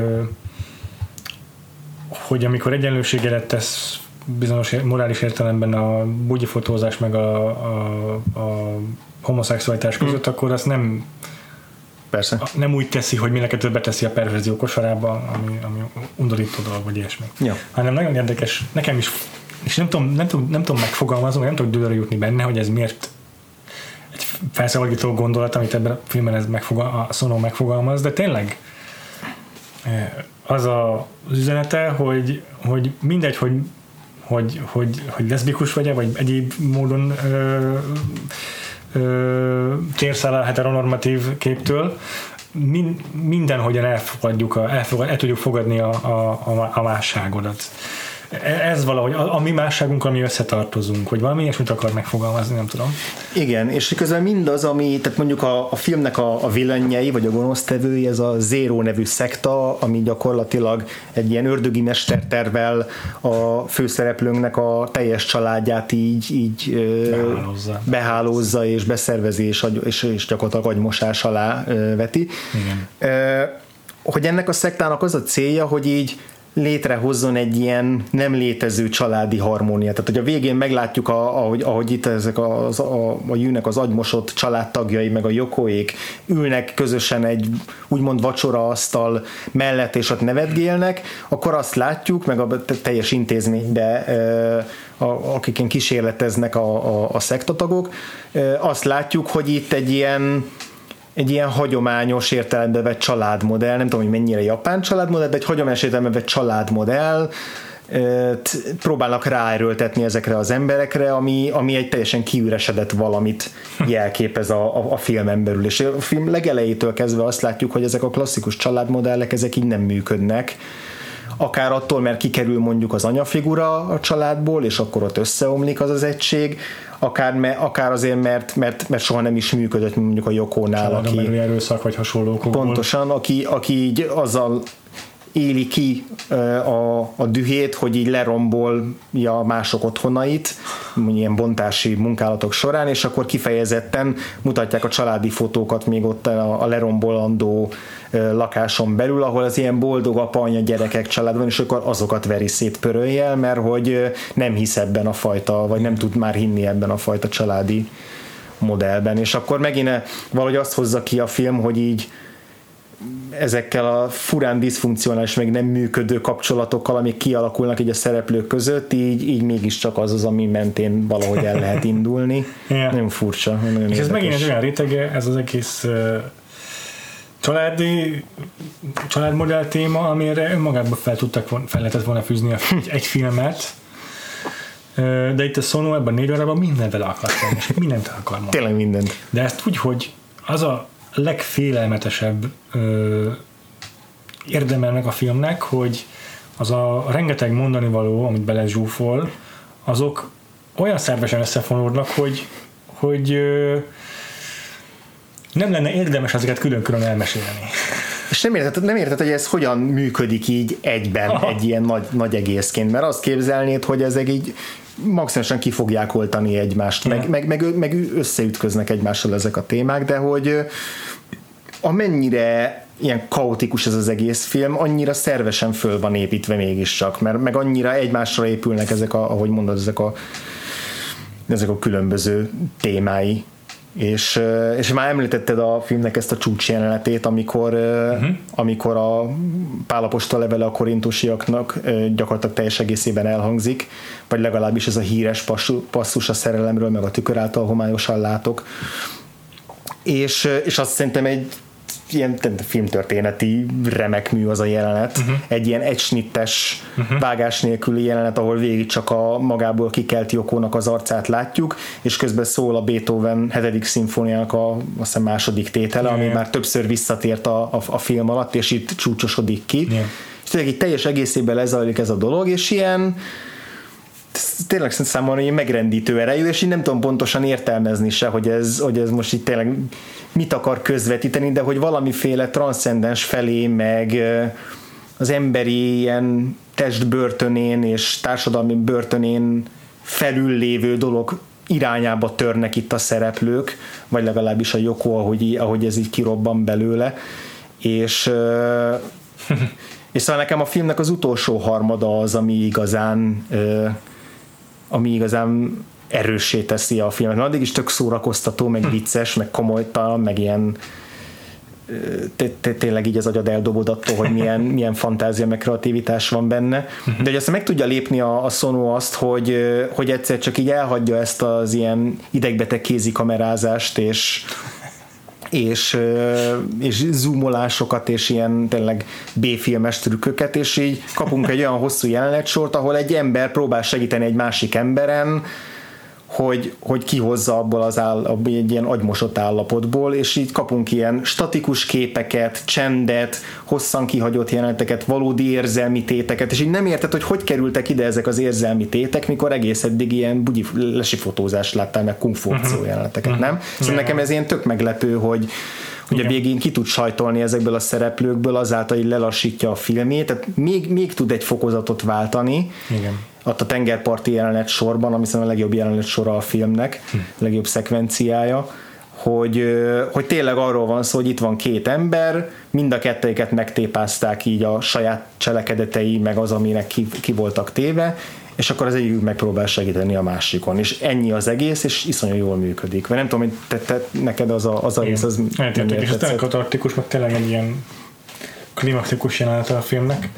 hogy amikor egyenlőségjelet tesz bizonyos morális értelemben a bugyifotózás meg a homoszexualitás között, akkor azt nem úgy teszi, hogy mindenki többet teszi a perverzió kosarába, ami undorító dolog, vagy ilyesmi. Ja. Hanem nagyon érdekes, nekem is, és nem tudom megfogalmazni, nem tudok dőlre jutni benne, hogy ez miért egy felszabadító gondolat, amit ebben a filmben a Sono megfogalmaz, de tényleg az az üzenete, hogy mindegy, hogy leszbikus vagy egyéb módon térszáll a heteronormatív képtől, mindenhogyan el tudjuk fogadni a másságodat. Ez valahogy a mi másságunk, ami összetartozunk, hogy valami ilyesmit akar megfogalmazni, nem tudom. Igen, és közben mindaz, tehát mondjuk a filmnek a villanjei, vagy a gonosztevői, ez a Zero nevű szekta, ami gyakorlatilag egy ilyen ördögi mestertervvel a főszereplőnknek a teljes családját így behálózza és beszervezi, és gyakorlatilag agymosás alá veti. Igen. Hogy ennek a szektának az a célja, hogy így létrehozzon egy ilyen nem létező családi harmóniát. Tehát, hogy a végén meglátjuk, ahogy itt ezek a Jűnek az agymosott családtagjai, meg a Yokoék ülnek közösen egy úgymond vacsoraasztal mellett, és ott nevetgélnek, akkor azt látjuk, meg a teljes intézménybe, akiken kísérleteznek a szektatagok, azt látjuk, hogy itt egy ilyen hagyományos értelembe vett családmodell, nem tudom, hogy mennyire japán családmodell, de egy hagyományos értelembe vett családmodell próbálnak ráerőltetni ezekre az emberekre, ami egy teljesen kiüresedett valamit jelképez a filmen belül. És a film legelejétől kezdve azt látjuk, hogy ezek a klasszikus családmodellek, ezek így nem működnek. akár attól, mert kikerül mondjuk az anyafigura a családból, és akkor ott összeomlik az egység, akár azért, mert soha nem is működött, mondjuk a Yokónál, családon belüli erőszak, vagy hasonlókból. Pontosan, aki így azzal éli ki a dühét, hogy így lerombolja mások otthonait, ilyen bontási munkálatok során, és akkor kifejezetten mutatják a családi fotókat még ott a lerombolandó lakáson belül, ahol az ilyen boldog apa, anya, gyerekek család van, és akkor azokat veri szét pöröljel, mert hogy nem hisz ebben a fajta, vagy nem tud már hinni ebben a fajta családi modellben, és akkor megint valahogy azt hozza ki a film, hogy így ezekkel a furán diszfunkcionális, meg nem működő kapcsolatokkal, amik kialakulnak így a szereplők között, így mégiscsak az, ami mentén valahogy el lehet indulni. Yeah. Nagyon furcsa. Nagyon és ez megint egy olyan rétege, ez az egész családmodell téma, amire önmagában fel lehetett volna fűzni egy filmet, de itt a Sono ebben 4 órában mindent vele akart tenni, és mindent el akar mondani. Tényleg mindent. De ezt úgy, hogy az a legfélelmetesebb érdemelnek a filmnek, hogy az a rengeteg mondani való, amit belezsúfol, azok olyan szervesen összefonódnak, hogy nem lenne érdemes ezeket külön-külön elmesélni. És nem érted, hogy ez hogyan működik így egyben, egy ilyen nagy egészként, mert azt képzelnéd, hogy ezek így maximálisan ki fogják oltani egymást, meg összeütköznek egymással ezek a témák, de hogy amennyire ilyen kaotikus ez az egész film, annyira szervesen föl van építve mégiscsak, mert meg annyira egymásra épülnek ezek ahogy mondod, ezek a különböző témái. És már említetted a filmnek ezt a csúcsjelenetét, amikor a Pál apostol levele a korintusiaknak gyakorlatilag teljes egészében elhangzik, vagy legalábbis ez a híres passzus a szerelemről, meg a tükör által homályosan látok. És azt szerintem egy ilyen filmtörténeti remek mű az a jelenet, egy ilyen egysnittes vágás nélküli jelenet, ahol végig csak a magából kikelt Yokónak az arcát látjuk, és közben szól a Beethoven 7. szimfóniának azt hiszem második tétele, ami már többször visszatért a film alatt, és itt csúcsosodik ki. És tényleg így teljes egészében lezajlik ez a dolog, és ilyen tényleg számomra ilyen megrendítő erejű, és így nem tudom pontosan értelmezni se, hogy ez most itt tényleg mit akar közvetíteni, de hogy valamiféle transzcendens felé, meg az emberi ilyen testbörtönén és társadalmi börtönén felül lévő dolog irányába törnek itt a szereplők, vagy legalábbis a Yoko, ahogy ez így kirobban belőle, és szóval nekem a filmnek az utolsó harmada az, ami igazán erőssé teszi a filmet. Addig is tök szórakoztató, meg vicces, meg komolytalan, meg ilyen tényleg így az agyad eldobod attól, hogy milyen fantázia, meg kreativitás van benne. De hogy aztán meg tudja lépni a Sono azt, hogy egyszer csak így elhagyja ezt az ilyen idegbeteg kézikamerázást, és zoomolásokat, és ilyen tényleg B-filmes trükköket, és így kapunk egy olyan hosszú jelenetsort, ahol egy ember próbál segíteni egy másik emberen, hogy kihozza abból egy ilyen agymosott állapotból, és így kapunk ilyen statikus képeket, csendet, hosszan kihagyott jeleneteket, valódi érzelmi téteket, és így nem érted, hogy kerültek ide ezek az érzelmi tétek, mikor egész eddig ilyen bugyi lesifotózást láttál, meg kung fu jeleneteket, nem? Szóval nekem ez ilyen tök meglepő, hogy a végén ki tud sajtolni ezekből a szereplőkből, azáltal, hogy lelassítja a filmét, tehát még tud egy fokozatot váltani. Igen. Ott a tengerparti jelenet sorban, ami szerintem a legjobb jelenet sora a filmnek, a legjobb szekvenciája, hogy tényleg arról van szó, hogy itt van két ember, mind a kettőket megtépázták így a saját cselekedetei, meg az, aminek ki voltak téve, és akkor az egyik megpróbál segíteni a másikon, és ennyi az egész, és iszonyú jól működik. Vagy nem tudom, hogy te neked az a rész, az nem és ez tényleg katartikus, meg tényleg egy ilyen klimaktikus jelenet a filmnek.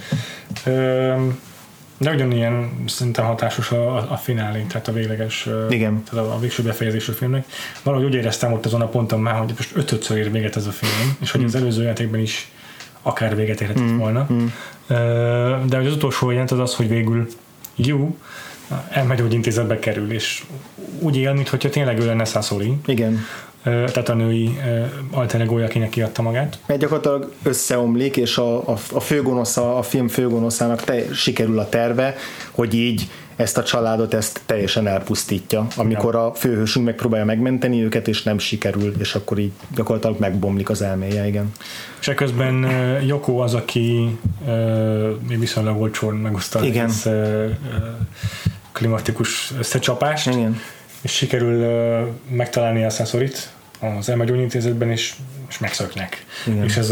De ugyanilyen szinten hatásos a finálé, tehát a végleges, tehát a végső befejezés a filmnek. Valahogy úgy éreztem ott azon a ponton már, hogy most 5-ször ér véget ez a film, és hogy az előző játékban is akár véget érhetett volna. De hogy az utolsó jelent az, hogy végül elmegyógyintézetbe kerül, és úgy él, mintha tényleg ő lenne Sasori. Igen. tehát a női alter egója, akinek kiadta magát. Mert gyakorlatilag összeomlik, és a főgonosza, a film főgonoszának sikerül a terve, hogy így ezt a családot teljesen elpusztítja, amikor a főhősünk megpróbálja megmenteni őket, és nem sikerül, és akkor így gyakorlatilag megbomlik az elméje, igen. És ekközben Yoko az, aki viszonylag olcsón megoszta az klimatikus összecsapást, igen. És sikerül megtalálni a Sasorit az elmegyógyintézetben, és megszöknek. Igen. És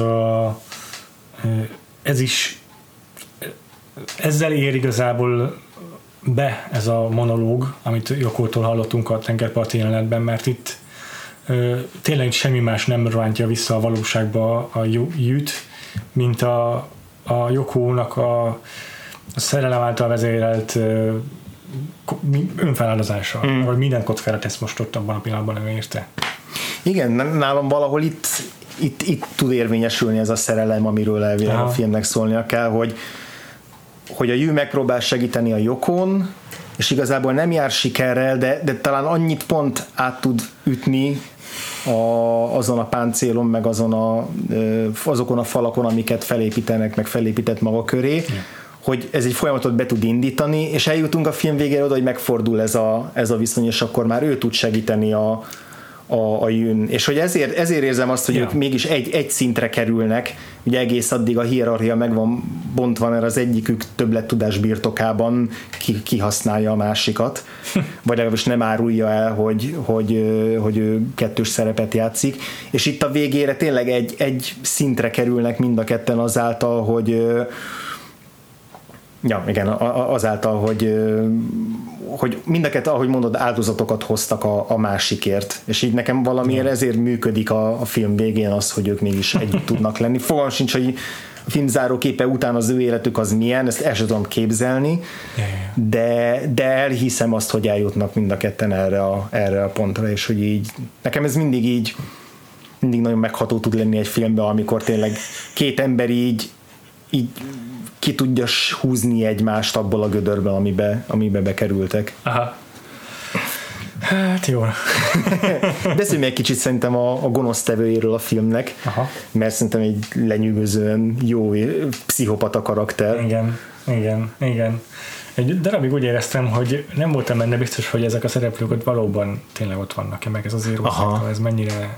ez is ezzel ér igazából be ez a monológ, amit Yokótól hallottunk a tengerparti jelenetben, mert itt tényleg semmi más nem rántja vissza a valóságba a Jút, mint a Yokónak a szerelem által vezérelt önfeláldozása, vagy minden kockára tesz most ott abban a pillanatban, nem érte. Igen, nálam valahol itt tud érvényesülni ez a szerelem, amiről elvileg a filmnek szólnia kell, hogy a Yu megpróbál segíteni a Yokón, és igazából nem jár sikerrel, de talán annyit pont át tud ütni azon a páncélon, meg azokon a falakon, amiket felépítenek, meg felépített maga köré, hogy ez egy folyamatot be tud indítani, és eljutunk a film végére oda, hogy megfordul ez a viszony, és akkor már ő tud segíteni a Jün. És hogy ezért érzem azt, hogy ők mégis egy szintre kerülnek, ugye egész addig a hierarchia meg van bontva, mert az egyikük többlettudás birtokában kihasználja a másikat, vagy legalábbis nem árulja el, hogy ő kettős szerepet játszik, és itt a végére tényleg egy szintre kerülnek mind a ketten azáltal, hogy azáltal, hogy mindeket, ahogy mondod, áldozatokat hoztak a másikért, és így nekem valamiért ezért működik a film végén az, hogy ők mégis együtt tudnak lenni. Fogalmam sincs, hogy a film záróképe után az ő életük az milyen, ezt el sem tudom képzelni, de elhiszem azt, hogy eljutnak mind a ketten erre a pontra, és hogy így, nekem ez mindig nagyon megható tud lenni egy filmben, amikor tényleg két ember így ki tudja húzni egymást abból a gödörben, amibe bekerültek. Aha. Hát jó. Beszéljünk egy kicsit szerintem a gonosztevőjéről a filmnek, mert szerintem egy lenyűgözően jó pszichopata karakter. Igen. Egy darabig úgy éreztem, hogy nem voltam benne biztos, hogy ezek a szereplők ott valóban tényleg ott vannak, meg ez az írószektor, ez mennyire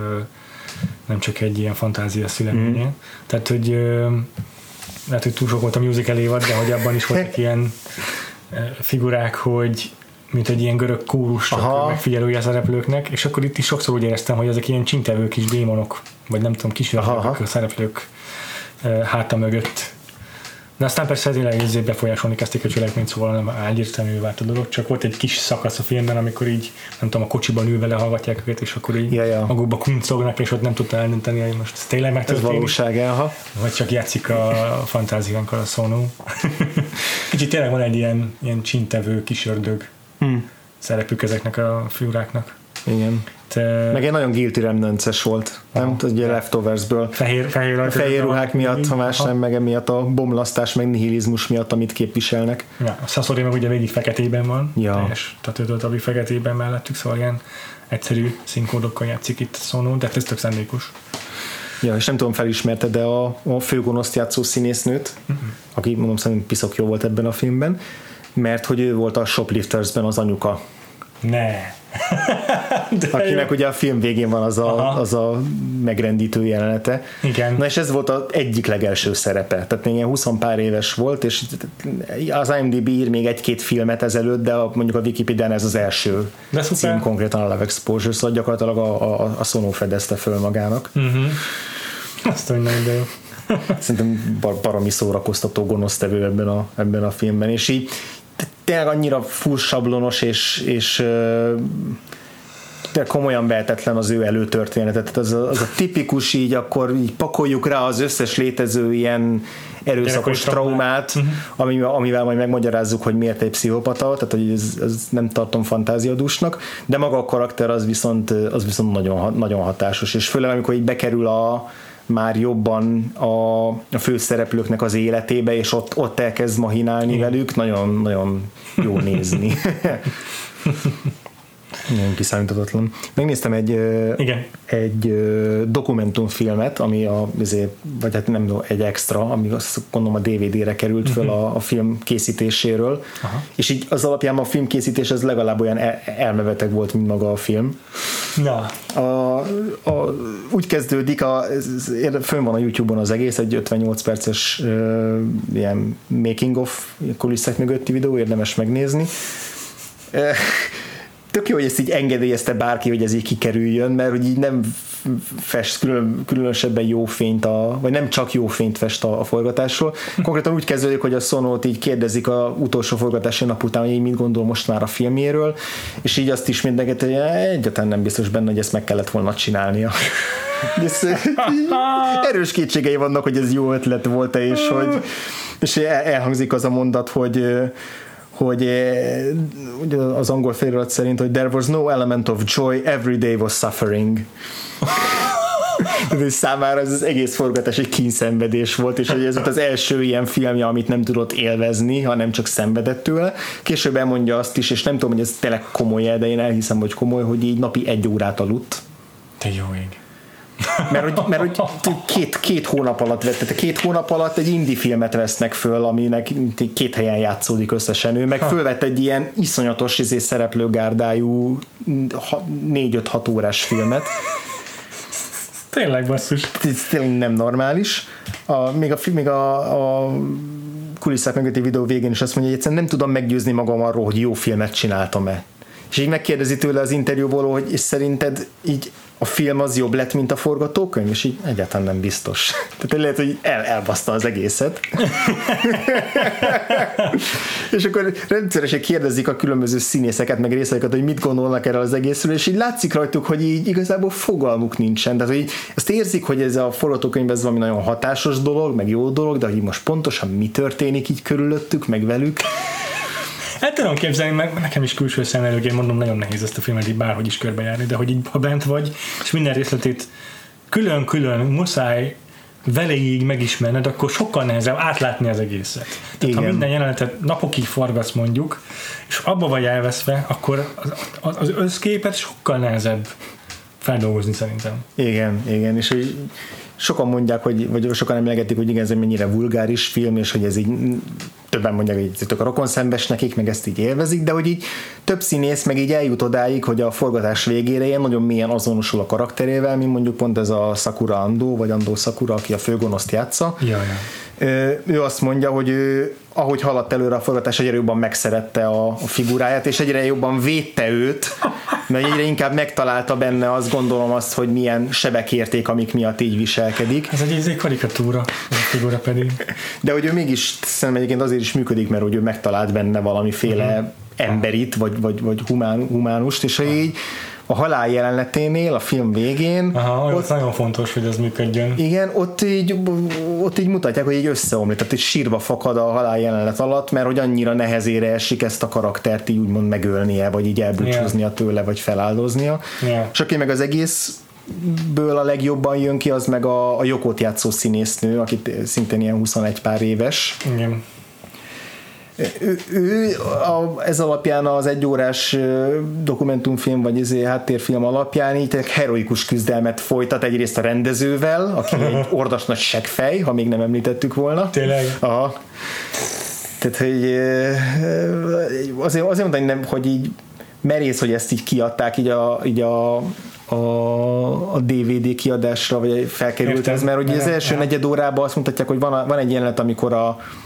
nem csak egy ilyen fantázia születménye. Tehát, hogy lehet, hogy túl sok volt a musical évad, de hogy abban is voltak ilyen figurák, hogy mint egy ilyen görög kórus, csak megfigyelője a szereplőknek, és akkor itt is sokszor úgy éreztem, hogy ezek ilyen csintevő kis démonok, vagy nem tudom, kísérletek a szereplők háta mögött. De aztán persze tényleg befolyásolni kezdték a cselekményt, szóval nem egyértelmű vált a dolog, csak volt egy kis szakasz a filmben, amikor így, nem tudom, a kocsiban ülve lehallgatják őket, és akkor így magukba kuncognak, és ott nem tudta eldönteni, hogy most ez tényleg megtörténik. Ez valóság, vagy csak játszik a fantáziánkkal a Sono. Kicsit tényleg van egy ilyen csintevő kis ördög szerepük ezeknek a figuráknak. Igen. Meg egy nagyon guilty remnants volt, nem? Ugye Leftoversből. Fehér ruhák miatt, ha más nem, meg emiatt a bomlasztás, meg nihilizmus miatt, amit képviselnek. Ja, a Sasori meg ugye végig feketében van, teljes tetőtöltavi feketében mellettük, szóval ilyen egyszerű színkódokkal játszik itt Sono, de ez tök szándékos. Ja, és nem tudom, felismerte, de a főgonoszt játszó színésznőt, aki mondom, szerintem piszok jó volt ebben a filmben, mert hogy ő volt a Shopliftersben az anyuka. Ne. Akinek ugye a film végén van az a megrendítő jelenete. Igen. Na és ez volt az egyik legelső szerepe. Tehát még ilyen 20 pár éves volt, és az IMDb ír még egy-két filmet ezelőtt, de mondjuk a Wikipedián ez az első cím konkrétan a Love Exposure, szóval gyakorlatilag a Sono fedezte föl magának. Azt mondom, de jó. Szerintem baromi szórakoztató gonosztevő ebben a filmben, és így tényleg annyira full sablonos, és komolyan vehetetlen az ő előtörténetet. Az a tipikus, így akkor így pakoljuk rá az összes létező ilyen erőszakos traumát, amivel majd megmagyarázzuk, hogy miért egy pszichopata, tehát hogy ez nem tartom fantáziadúsnak, de maga a karakter az viszont nagyon, nagyon hatásos, és főleg amikor így bekerül már jobban a főszereplőknek az életébe, és ott elkezd mahinálni velük, nagyon, nagyon jó nézni. Igen, kiszámíthatatlan. Megnéztem egy dokumentumfilmet, ami vagy hát nem tudom, egy extra, ami azt gondolom a DVD-re került föl a film készítéséről, és így az alapján a film készítés az legalább olyan elmebeteg volt, mint maga a film. Na. Úgy kezdődik, fönn van a YouTube-on az egész, egy 58 perces ilyen making of kulisszák mögötti videó, érdemes megnézni. Tök jó, hogy ezt így engedélyezte bárki, hogy ez így kikerüljön, mert hogy így nem fest különösebben jó fényt, vagy nem csak jó fényt fest a forgatásról. Konkrétan úgy kezdődik, hogy a Sonót így kérdezik a utolsó forgatási nap után, hogy így mit gondol most már a filmjéről, és így azt is mindenket, hogy egyáltalán nem biztos benne, hogy ezt meg kellett volna csinálnia. Erős kétségei vannak, hogy ez jó ötlet volt-e, és elhangzik az a mondat, hogy az angol felirat szerint, hogy there was no element of joy, every day was suffering. Számára ez az egész forgatás egy kínszenvedés volt, és hogy ez volt az első ilyen filmje, amit nem tudott élvezni, hanem csak szenvedett tőle. Később elmondja azt is, és nem tudom, hogy ez tényleg komoly, de én elhiszem, hogy komoly, hogy így napi 1 órát aludt. Te jó ég. Mert hogy két hónap alatt vett, tehát 2 hónap alatt egy indie filmet vesznek föl, aminek 2 helyen játszódik összesen. Ő meg fölvett egy ilyen iszonyatos szereplőgárdájú 4-5-6 órás filmet. Tényleg basszus. Ez tényleg nem normális. Még a kulisszák mögötti videó végén is azt mondja, hogy egyszerűen nem tudom meggyőzni magam arról, hogy jó filmet csináltam-e. És így megkérdezi tőle az interjúból, hogy és szerinted így a film az jobb lett, mint a forgatókönyv, és így egyáltalán nem biztos. Tehát lehet, hogy elbaszta az egészet. És akkor rendszeresen kérdezik a különböző színészeket, meg részeket, hogy mit gondolnak erről az egészről, és így látszik rajtuk, hogy így igazából fogalmuk nincsen. Tehát, hogy azt érzik, hogy ez a forgatókönyv ez valami nagyon hatásos dolog, meg jó dolog, de hogy most pontosan mi történik így körülöttük, meg velük. El tudom képzelni, meg nekem is külső szemlélőként mondom, nagyon nehéz ezt a filmet így bárhogy is körbejárni, de hogy így, ha bent vagy, és minden részletét külön-külön muszáj veleig megismerned, akkor sokkal nehezebb átlátni az egészet. Tehát ha minden jelenetet napokig forgatsz mondjuk, és abba vagy elveszve, akkor az összképet sokkal nehezebb feldolgozni szerintem. Igen, és hogy sokan mondják, vagy sokan emlegetik, hogy igen, ez egy mennyire vulgáris film, és hogy ez így többen mondják, hogy ez tök a rokonszenves nekik, meg ezt így élvezik, de hogy így több színész meg így eljut odáig, hogy a forgatás végére ilyen nagyon mélyen azonosul a karakterével, mint mondjuk pont ez a Sakura Ando, vagy Ando Sakura, aki a főgonoszt játsza. Ja. Ő azt mondja, hogy ő, ahogy haladt előre a forgatás, egyre jobban megszerette a figuráját, és egyre jobban védte őt, mert egyre inkább megtalálta benne azt, gondolom azt, hogy milyen sebek érték, amik miatt így viselkedik. Ez egy karikatúra, a figura pedig. De hogy ő mégis szerintem egyébként azért is működik, mert hogy ő megtalált benne valamiféle emberit, vagy humánust, és így a halál jeleneténél, a film végén. Ott nagyon fontos, hogy ez működjön. Igen, ott így mutatják, hogy így összeomlik, tehát így sírva fakad a halál jelenet alatt, mert hogy annyira nehezére esik ezt a karaktert így úgymond megölnie, vagy így elbúcsúznia tőle, vagy feláldoznia. És aki meg az egészből a legjobban jön ki, az meg a Yokót játszó színésznő, akit szintén ilyen 21 pár éves. Igen. Ő ez alapján az 1 órás dokumentumfilm vagy háttérfilm alapján így heroikus küzdelmet folytat egyrészt a rendezővel, aki egy ordas nagy seggfej, ha még nem említettük volna. Tényleg? Aha. Tehát, hogy azért mondani, hogy így merész, hogy ezt így kiadták így a DVD kiadásra, vagy felkerült ez, mert ugye az első negyed órában azt mutatják, hogy van egy jelenet, amikor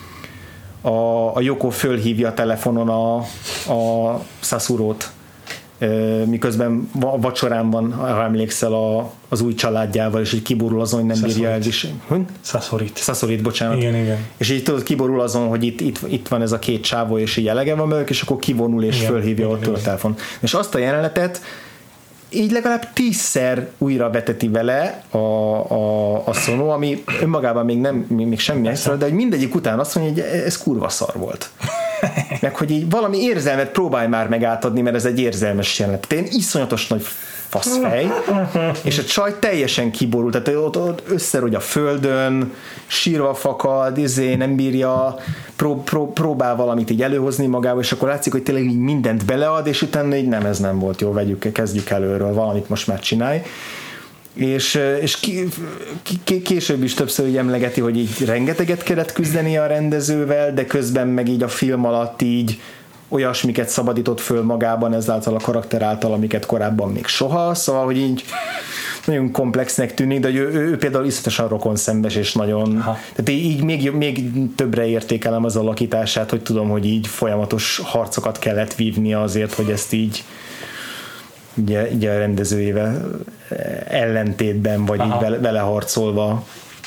a Yoko fölhívja a telefonon a Sasurót, miközben a vacsorán van, ha emlékszel, az új családjával, és így kiborul azon, hogy nem bírja elviselni. Sasurit, bocsánat. Igen. És így tudod, kiborul azon, hogy itt van ez a 2 csávó, és így elege van belőlük, és akkor kivonul, és fölhívja ott a telefon. És azt a jelenetet így legalább 10-szer újra veteti vele a Sono, ami önmagában még semmi extra, de hogy mindegyik után azt mondja, hogy ez kurva szar volt. Meg hogy így valami érzelmet próbálj már meg átadni, mert ez egy érzelmes jelenet. Én iszonyatos nagy faszfej, és a csaj teljesen kiborult, tehát ott összerogy a földön, sírva fakad, nem bírja, próbál valamit így előhozni magába, és akkor látszik, hogy tényleg így mindent belead, és utána így nem, ez nem volt jó, kezdjük előről, valamit most már csinálj. És később is többször így emlegeti, hogy így rengeteget kellett küzdeni a rendezővel, de közben meg így a film alatt így olyasmiket szabadított föl magában ezáltal a karakter által, amiket korábban még soha, szóval, hogy így nagyon komplexnek tűnik, de ő például iszonyatosan rokonszenves, és nagyon, tehát így még többre értékelem az alakítását, hogy tudom, hogy így folyamatos harcokat kellett vívnia azért, hogy ezt így ugye a rendezőjével ellentétben, vagy így vele harcolva,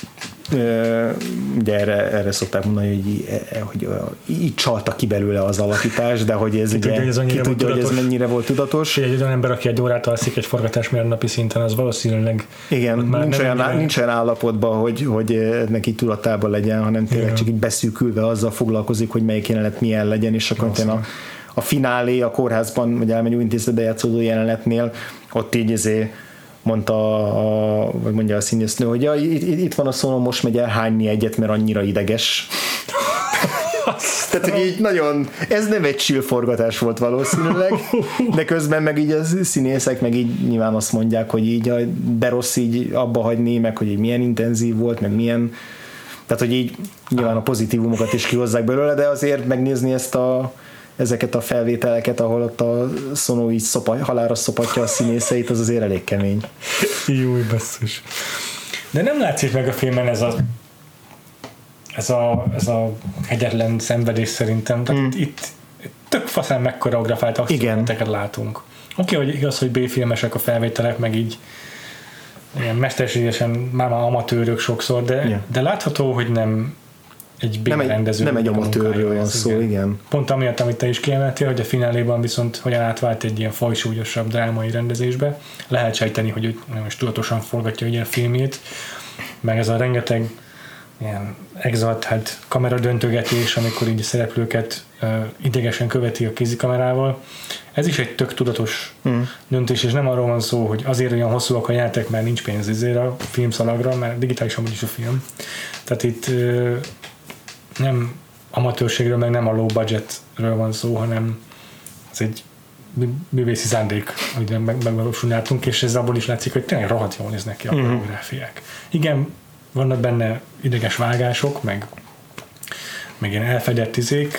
ugye erre szokták mondani, hogy így csalta ki belőle az alakítás, de hogy ez ugye, ki tudja, hogy ez mennyire volt tudatos. Egy olyan ember, aki egy órát alszik egy forgatás miatt napi szinten, az valószínűleg igen, nincs olyan állapotban, hogy neki tudatában legyen, hanem tényleg csak így beszűkülve azzal foglalkozik, hogy melyik jelenet milyen legyen, és akkor a finálé a kórházban, vagy elmegy intézetbe játszódó jelenetnél, ott így mondta vagy mondja a színésznő, hogy itt van a Sono, most megy el hányni egyet, mert annyira ideges. Tehát így nagyon, ez nem egy chill forgatás volt valószínűleg, de közben meg így a színészek meg így nyilván azt mondják, hogy így de rossz így abba hagyni, meg hogy így milyen intenzív volt, meg milyen, tehát hogy így nyilván a pozitívumokat is kihozzák belőle, de azért megnézni ezeket a felvételeket, ahol ott a Sono így halálra szopatja a színészeit, az azért elég kemény. Júj, basszus. De nem látszik meg a filmen ez a hegyetlen szenvedés szerintem. Tehát itt tök faszán megkoreografált akcióteket látunk. Oké, hogy igaz, hogy B-filmesek a felvételek, meg így ilyen mesterségesen már amatőrök sokszor, de látható, hogy nem egy B-rendező. Nem egy amatőrről van szó, igen. Pont amiatt, amit te is kiemeltél, hogy a fináléban viszont hogyan átvált egy ilyen fajsúlyosabb drámai rendezésbe. Lehet sejteni, hogy nem is tudatosan forgatja egy ilyen filmét, meg ez a rengeteg ilyen exaltált kameradöntögetés, amikor így a szereplőket idegesen követi a kézikamerával. Ez is egy tök tudatos döntés, és nem arról van szó, hogy azért olyan hosszúak a játék, mert nincs pénz ezért a filmszalagra, mert digitálisan is a film. Tehát itt nem amatőrségről, meg nem a low budgetről van szó, hanem ez egy művészi szándék, amit megvalósulnátunk, és ez abból is látszik, hogy tényleg rohadt jól néznek ki a koreográfiák. Igen, vannak benne ideges vágások, meg ilyen elfedett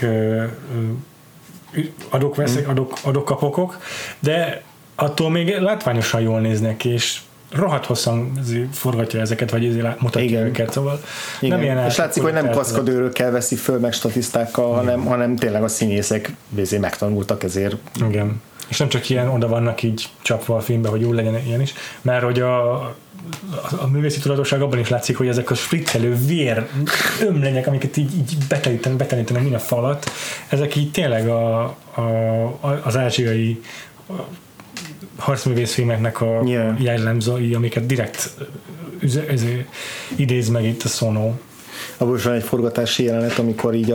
adok-kapokok, de attól még látványosan jól néznek ki, és rohadt hosszan forgatja ezeket, vagy mutatja őket, szóval nem ilyen. És látszik, hogy nem kaszkadőrökkel veszi föl, meg statisztákkal, hanem tényleg a színészek megtanultak ezért. Igen. És nem csak ilyen oda vannak így csapva a filmbe, hogy jó legyen ilyen is, mert hogy a művészi tudatosság abban is látszik, hogy ezek a spriccelő vér ömlények, amiket így betenítenek minden falat, ezek így tényleg az ázsiai harcművészfilmeknek a jellemzői, amiket direkt idéz meg itt a Sono. Abban is van egy forgatási jelenet, amikor így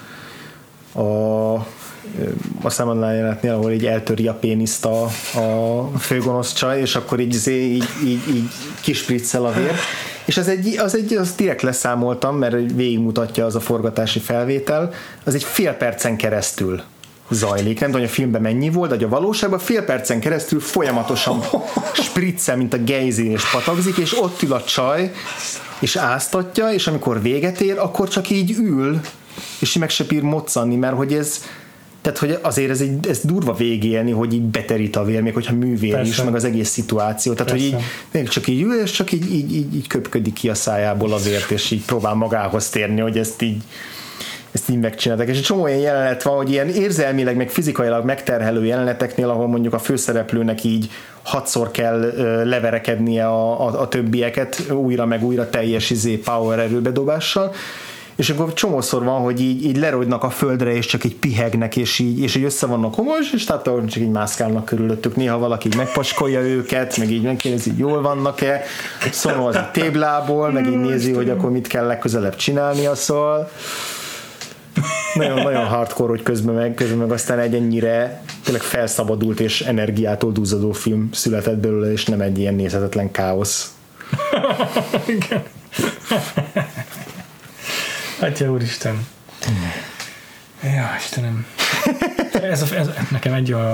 a számonnál jelenetnél, ahol így eltöri a péniszt a főgonosz csaj, és akkor így kispriccel a vér. És az direkt leszámoltam, mert végigmutatja az a forgatási felvétel, az egy fél percen keresztül zajlik. Nem tudom, hogy a filmben mennyi volt, de a valóságban fél percen keresztül folyamatosan spriccel, mint a gejzén, és patakzik, és ott ül a csaj, és áztatja, és amikor véget ér, akkor csak így ül, és meg se bír moccanni, mert hogy tehát, hogy azért ez durva végélni, hogy így beterít a vér, még hogyha művér is, meg az egész szituáció. Tehát, hogy így még csak így ül, és csak így köpködik ki a szájából a vért, és így próbál magához térni, hogy ezt így megcsináltak. És egy csomó ilyen jelenet van, hogy ilyen érzelmileg, meg fizikailag megterhelő jeleneteknél, ahol mondjuk a főszereplőnek így 6-szor kell leverekednie a többieket újra meg újra teljes power erőbedobással, és akkor csomószor van, hogy így lerogynak a földre, és csak így pihegnek, és így össze vannak homos, és tehát csak így mászkálnak körülöttük. Néha valaki megpaskolja őket, meg így megkérdezi, hogy jól vannak-e, Sono az egy téblából, meg így nézi, hogy akkor mit kell legközelebb csinálnia, szóval nagyon hardcore, hogy közben meg aztán egy ennyire tényleg felszabadult és energiától duzzadó film született belőle, és nem egy ilyen nézhetetlen káosz. Igen. Atya úristen. Ja, Istenem. Ez nekem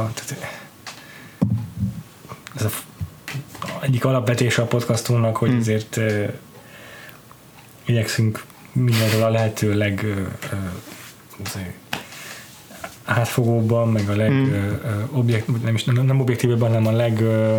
egyik alapvetése a podcastunknak, hogy azért igyekszünk mindenről a lehető átfogóbban, meg a nem objektívebben, hanem a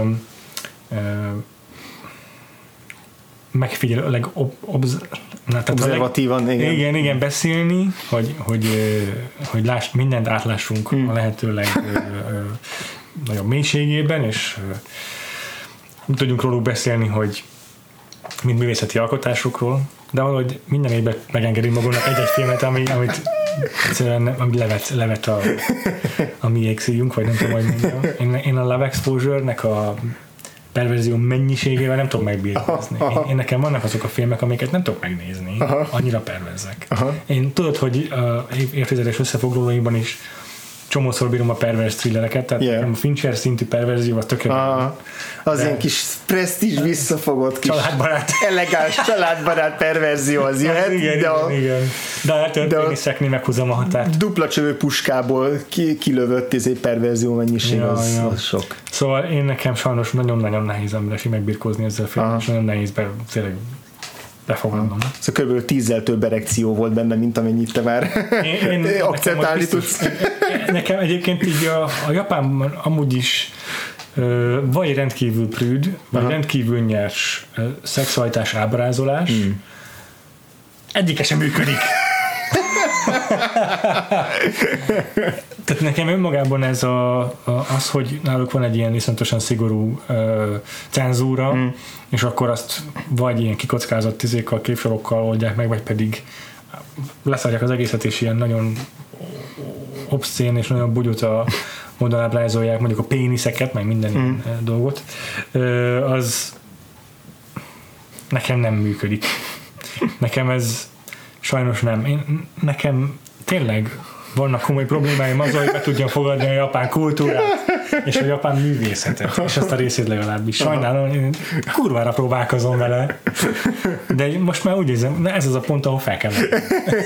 megfigyelő, obszervatívan, igen, beszélni, hogy mindent átlássunk a lehető legnagyobb mélységében, és tudjunk róluk beszélni, hogy mint művészeti alkotásokról, de valahogy minden évben megengedünk magunknak egy-egy filmet, amit egyszerűen levet a mi égszíjunk, vagy nem tudom, hogy mondjam. Én a Love Exposure-nek a perverzió mennyiségével nem tudok megbírkozni. Én nekem vannak azok a filmek, amiket nem tudok megnézni. Annyira perverzek. Én tudod, hogy évtizedes összefoglalóimban is csomószor bírom a perverz thrillereket, tehát a Fincher szintű perverzió az tökéletes. Az ilyen kis presztízs visszafogott kis családbarát. Elegáns családbarát perverzió az jöhet. Igen. De eltörténiszekni meghúzom a határt. Dupla csövő puskából kilövött perverzió mennyiség, az sok. Szóval én nekem sajnos nagyon-nagyon nehéz emberesi megbirkózni ezzel a filmet, és nagyon nehéz tényleg befogadnom. Szóval kb. 10-zel több erekció volt benne, mint amennyit te már akcentálni tudsz. Nekem egyébként így a Japánban amúgy is vagy rendkívül prűd, vagy rendkívül nyers szexualitás ábrázolás. Egyike sem működik. Tehát nekem önmagában ez az, hogy náluk van egy ilyen viszontosan szigorú cenzúra, és akkor azt vagy ilyen kikockázott tizékkal, képsorokkal oldják meg, vagy pedig leszárják az egészet, és ilyen nagyon obszcén és nagyon bugyuta módon ábrázolják mondjuk a péniszeket, meg minden ilyen dolgot, az nekem nem működik. Nekem ez sajnos nem. Nekem tényleg vannak komoly problémáim azzal, hogy be tudjam fogadni a japán kultúrát és a japán művészetet, és azt a részét legalábbis. Sajnálom, én kurvára próbálkozom vele, de most már úgy érzem, ez az a pont, ahol fel kell menni.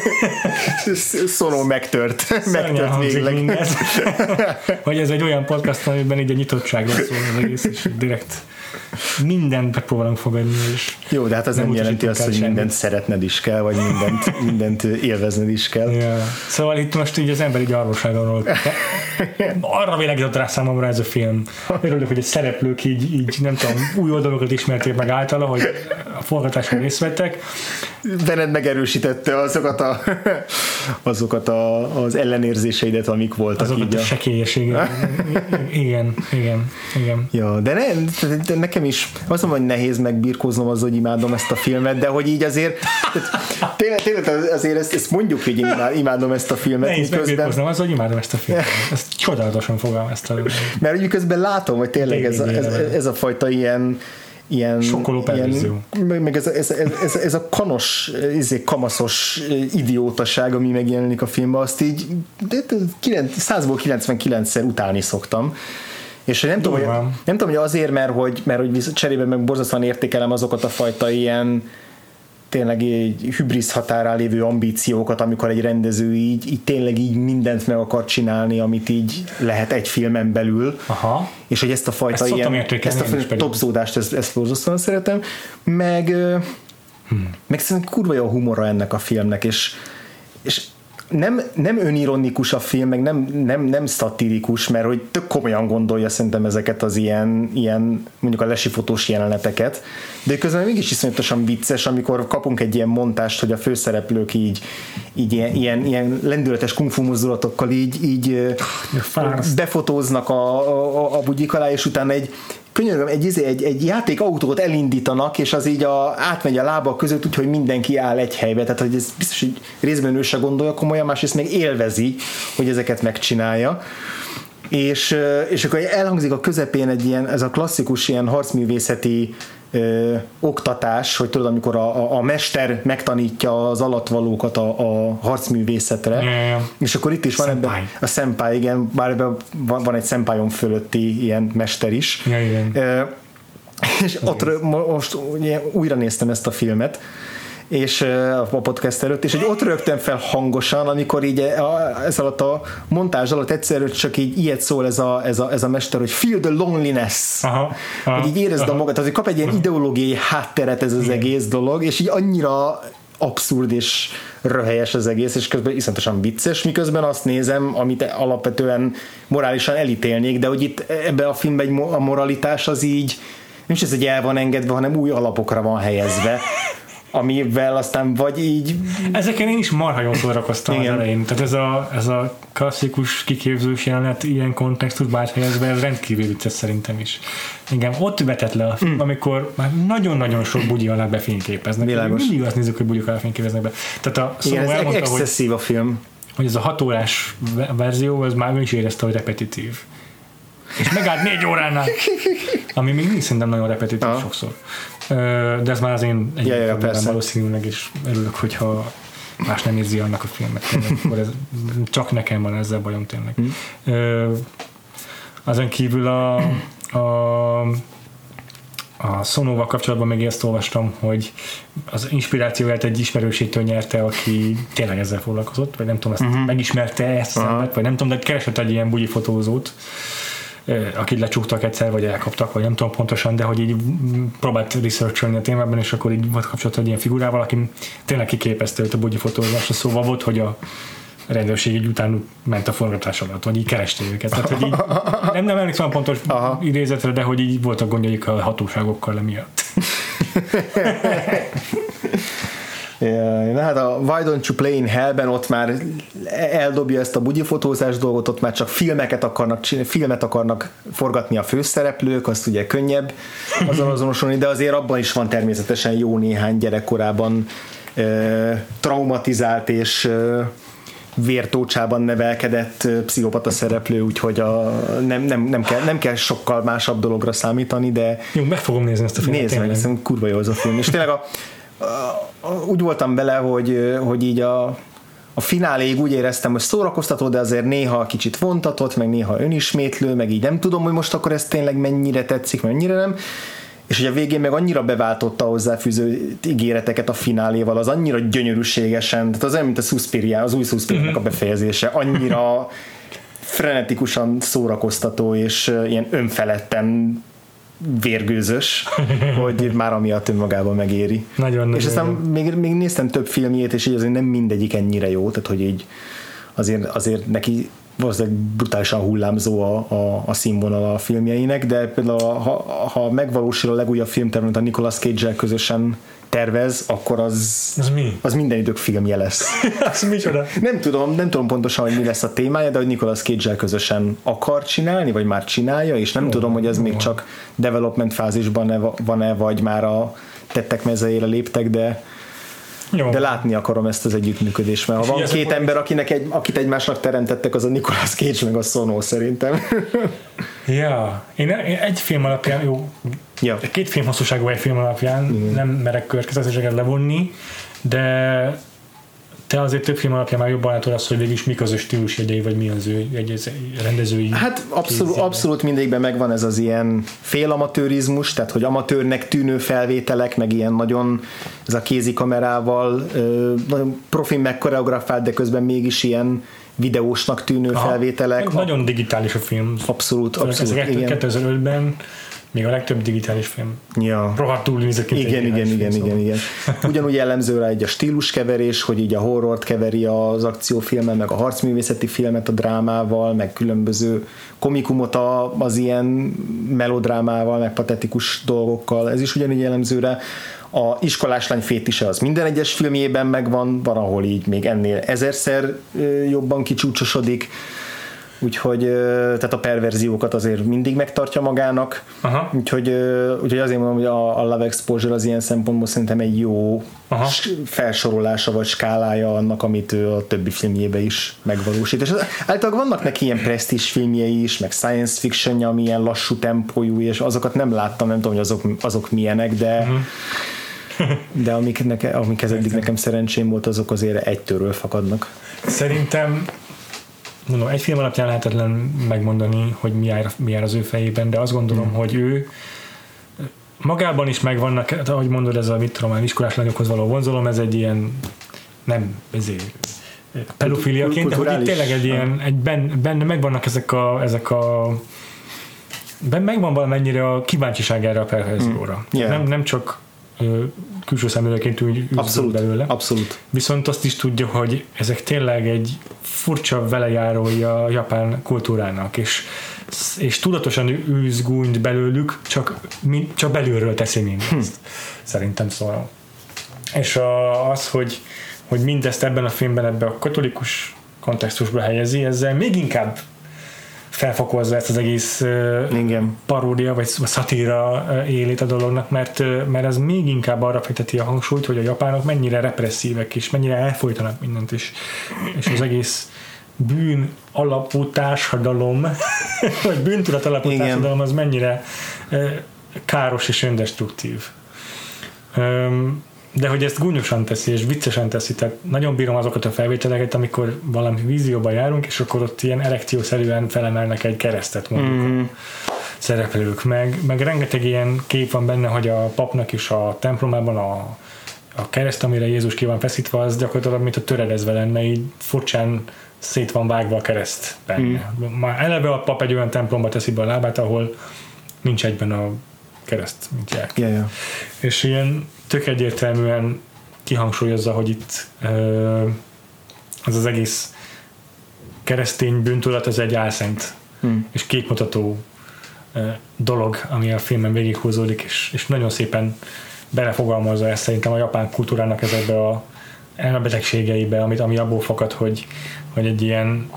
Szóló megtört végleg. Hogy ez egy olyan podcast, amiben így a nyitottságról szól az egész, és direkt mindent megpróbálunk fogadni. És jó, de hát az nem jelenti azt, hogy mindent szeretned is kell, vagy mindent élvezned is kell. Ja. Szóval itt most így az emberi gyarlóságról arra világított rá számomra ez a film. Örülök, hogy egy szereplők így nem tudom, új oldalokat ismerték meg általa, hogy a forgatáson részt vettek. Benned megerősítette azokat az ellenérzéseidet, amik voltak. Azokat a sekélyességet. Igen. Ja, de nekem is azt mondom, hogy nehéz megbirkóznom az, hogy imádom ezt a filmet, de hogy így azért tényleg azért ezt mondjuk, hogy én imádom ezt a filmet. Nehéz megbirkóznom az, hogy imádom ezt a filmet. Ezt csodálatosan fogalmaztad. Mert úgy közben látom, hogy tényleg ez a fajta ilyen sokkoló perverzió. Meg ez a kanos, kamaszos idiótaság, ami megjelenik a filmben, azt így 100-ból 99-szer utálni szoktam. És nem tudom, hogy azért, mert hogy cserében meg borzasztóan értékelem azokat a fajta ilyen tényleg egy hübrisz határán lévő ambíciókat, amikor egy rendező így tényleg így mindent meg akar csinálni, amit így lehet egy filmen belül. Aha. És hogy ezt a fajta ezt a topzódást, ezt borzasztóan szeretem. Meg szerintem kurva jó a humora ennek a filmnek, és nem önironikus a film, meg nem szatirikus, mert hogy tök komolyan gondolja szerintem ezeket az ilyen mondjuk a lesifotós jeleneteket, de közben mégis iszonyatosan vicces, amikor kapunk egy ilyen montást, hogy a főszereplők így ilyen lendületes kungfu mozdulatokkal így befotóznak a bugyik alá, és utána egy játékautót elindítanak, és az így átmegy a lábak között, úgyhogy mindenki áll egy helybe. Tehát, hogy ez biztos, hogy részben ő se gondolja komolyan, másrészt meg élvezi, hogy ezeket megcsinálja. És akkor elhangzik a közepén egy ilyen, ez a klasszikus ilyen harcművészeti oktatás, hogy tudod, amikor a mester megtanítja az alatvalókat a harcművészetre, és akkor itt is van Senpai. ebben a senpai, igen, bár ebben van egy senpájon fölötti ilyen mester is. És ott most ugye, újra néztem ezt a filmet, és a podcast előtt, és ott rögtem fel hangosan, amikor így ez alatt a montázs alatt egyszerűen csak így ilyet szól ez a mester, hogy feel the loneliness, hogy így érezd a magad, tehát kap egy ilyen ideológiai hátteret ez az egész dolog, és így annyira abszurd és röhelyes az egész, és közben iszonyatosan vicces, miközben azt nézem, amit alapvetően morálisan elítélnék, de hogy itt ebben a filmben a moralitás az így nem is ez egy el van engedve, hanem új alapokra van helyezve, amivel aztán vagy így... Ezeken én is marha jól szórakoztam az elején. Tehát ez a klasszikus kiképzős jelenet ilyen kontextusba áthelyezve, ez rendkívül vicces szerintem is. Igen, ott vetett le a film, amikor már nagyon-nagyon sok bugyi alá befényképeznek. Világos. Mindig azt nézzük, hogy bugyok alá fényképeznek be. Tehát a igen, ez elmondta, excesszív a film. Hogy ez a 6 órás verzió, az már is érezte, hogy repetitív. És megállt 4 óránál, ami még mindig szerintem nagyon repetitív sokszor. De ez már az én egyébként valószínűleg is örülök, hogyha más nem érzi annak a filmet. Akkor ez, csak nekem van ezzel bajom tényleg. Azon kívül a Sonóval kapcsolatban még ezt olvastam, hogy az inspirációját egy ismerőségtől nyerte, aki tényleg ezzel foglalkozott, vagy nem tudom, ezt megismerte ezt az embert, vagy nem tudom, de keresett egy ilyen bugyi fotózót, akit lecsuktak egyszer, vagy elkaptak, vagy nem tudom pontosan, de hogy így próbált research-olni a témában, és akkor így volt kapcsolat egy ilyen figurával, aki tényleg kiképezte őt a bugyi fotózásra, szóval volt, hogy a rendőrség így után ment a forgatás alatt, vagy így kereste őket. Tehát, hogy így, nem emlékszem a pontos idézetre, de hogy így voltak gondjaik a hatóságokkal emiatt. Na hát a Why Don't You Play in Hell-ben ott már eldobja ezt a bugyifotózás dolgot, ott már csak filmet akarnak forgatni a főszereplők, azt ugye könnyebb azonosulni, de azért abban is van természetesen jó néhány gyerekkorában traumatizált és vértócsában nevelkedett pszichopata szereplő, úgyhogy nem kell sokkal másabb dologra számítani, de jó, meg fogom nézni ezt a filmet. Nézd meg, szerintem kurva jó az a film. És tényleg úgy voltam bele, hogy így a fináléig úgy éreztem, hogy szórakoztató, de azért néha kicsit vontatott, meg néha önismétlő, meg így nem tudom, hogy most akkor ez tényleg mennyire tetszik, mennyire nem. És hogy a végén meg annyira beváltotta a hozzáfűző ígéreteket a fináléval, az annyira gyönyörűségesen, tehát az olyan, mint a Suspiria, az új Suspiria-nak a befejezése, annyira frenetikusan szórakoztató, és ilyen önfeledten vérgőzös, hogy már amiatt önmagában megéri. Nagyon és aztán még néztem több filmjét, és így azért nem mindegyik ennyire jó, tehát hogy így azért neki valószínűleg brutálisan hullámzó a színvonal a filmjeinek, de például ha megvalósul a legújabb film, a Nicolas Cage-el közösen tervez, akkor az minden idők filmje lesz. Az micsoda? Nem tudom pontosan, hogy mi lesz a témája, de hogy Nicolas Cage-el közösen akar csinálni, vagy már csinálja, és nem tudom, hogy ez még csak development fázisban van-e, vagy már a tettek mezeire léptek, de látni akarom ezt az együttműködést, mert ha van két ember, akit egymásnak teremtettek, az a Nicolas Cage meg a Sonó szerintem. Ja, én egy film alapján, két film hosszúságú egy film alapján nem merek következtetéseket levonni, de te azért több film alapján már jobban látod azt, hogy végülis mik az ő stílusjegyei, vagy mi az ő rendezői. Hát abszolút mindegyikben megvan ez az ilyen félamatőrizmus, tehát hogy amatőrnek tűnő felvételek, meg ilyen nagyon ez a kézikamerával nagyon profin megkoreografált, de közben mégis ilyen videósnak tűnő felvételek. Nagyon digitális a film. Abszolút. 2005-ben még a legtöbb digitális film. Ja. Rohadtul nézett ki. Igen. Ugyanúgy jellemző rá egy a stíluskeverés, hogy így a horrort keveri az akciófilmmel, meg a harcművészeti filmet a drámával, meg különböző komikumot az ilyen melodrámával, meg patetikus dolgokkal. Ez is ugyanígy jellemző rá. A iskolás lány fétise az minden egyes filmjében megvan, van, ahol így még ennél 1000-szer jobban kicsúcsosodik. úgyhogy tehát a perverziókat azért mindig megtartja magának, úgyhogy azért mondom, hogy a Love Exposure az ilyen szempontból szerintem egy jó felsorolása vagy skálája annak, amit ő a többi filmjébe is megvalósít. És általában vannak neki ilyen presztízs filmjei is, meg science fiction-ja, ami ilyen lassú tempójú, és azokat nem láttam, nem tudom, hogy azok milyenek, de amik eddig nekem szerencsém volt, azok azért egytőről fakadnak. Szerintem mondom, egy film alapján lehetetlen megmondani, hogy mi jár az ő fejében, de azt gondolom, hogy ő magában is megvannak, ahogy mondod, ez a iskolás lányokhoz való vonzalom, ez egy ilyen nem, pedofiliaként, de hogy itt tényleg egy ilyen, benne megvannak megvan valamennyire a kíváncsiság erre a perverzióra. Nem csak külső szemlélőként úgy belőle. Abszolút. Viszont azt is tudja, hogy ezek tényleg egy furcsa velejárója a japán kultúrának, és tudatosan űz gúnyt belőlük, csak belülről teszi mindezt. Szerintem szóval. És az, hogy mindezt ebben a filmben, ebben a katolikus kontextusba helyezi, ezzel még inkább felfokozza ezt az egész paródia vagy szatíra élét a dolognak, mert ez még inkább arra fekteti a hangsúlyt, hogy a japánok mennyire represszívek és mennyire elfolytanak mindent is, és az egész bűn alapú társadalom vagy bűntudat alapú társadalom az mennyire káros és öndestruktív. De hogy ezt gúnyosan teszi és viccesen teszi, tehát nagyon bírom azokat a felvételeket, amikor valami vízióban járunk, és akkor ott ilyen erekciószerűen felemelnek egy keresztet mondjuk a szereplők, meg rengeteg ilyen kép van benne, hogy a papnak is a templomában a kereszt, amire Jézus ki van feszítve, az gyakorlatilag mint a töredezve lenne, így furcsán szét van vágva a kereszt benne. Már eleve a pap egy olyan templomba teszi be a lábát, ahol nincs egyben a kereszt, mint jelkép. És ilyen tök egyértelműen kihangsúlyozza, hogy itt ez az egész keresztény bűntudat, ez egy álszent és képmutató dolog, ami a filmen végighúzódik, és nagyon szépen belefogalmazza ezt szerintem a japán kultúrának ezekbe a elmebetegségeibe, ami abból fakad, hogy egy ilyen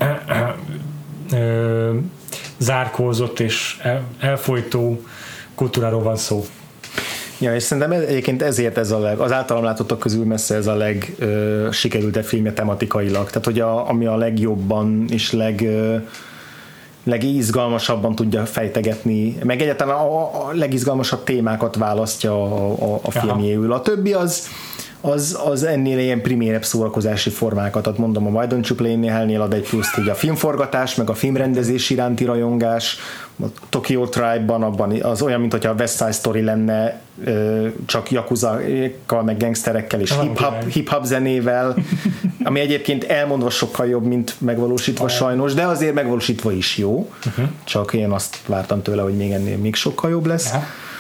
zárkózott és elfolytó kultúráról van szó. Ja, és szerintem egyébként ezért ez az általam látottak közül messze ez a sikerültebb filmje tematikailag. Tehát, hogy ami a legjobban és legizgalmasabban tudja fejtegetni, meg egyáltalán a legizgalmasabb témákat választja a filmjéül. A többi az ennél ilyen primérebb szórakozási formákat, tehát mondom, a Why Don't You Play-nél ad egy pluszt, így a filmforgatás, meg a filmrendezés iránti rajongás, a Tokyo Tribe-ban abban az olyan, mint hogyha a West Side Story lenne, csak yakuza-kkal, meg gangsterekkel és hip-hop zenével, ami egyébként elmondva sokkal jobb, mint megvalósítva sajnos, de azért megvalósítva is jó, csak én azt vártam tőle, hogy még ennél még sokkal jobb lesz.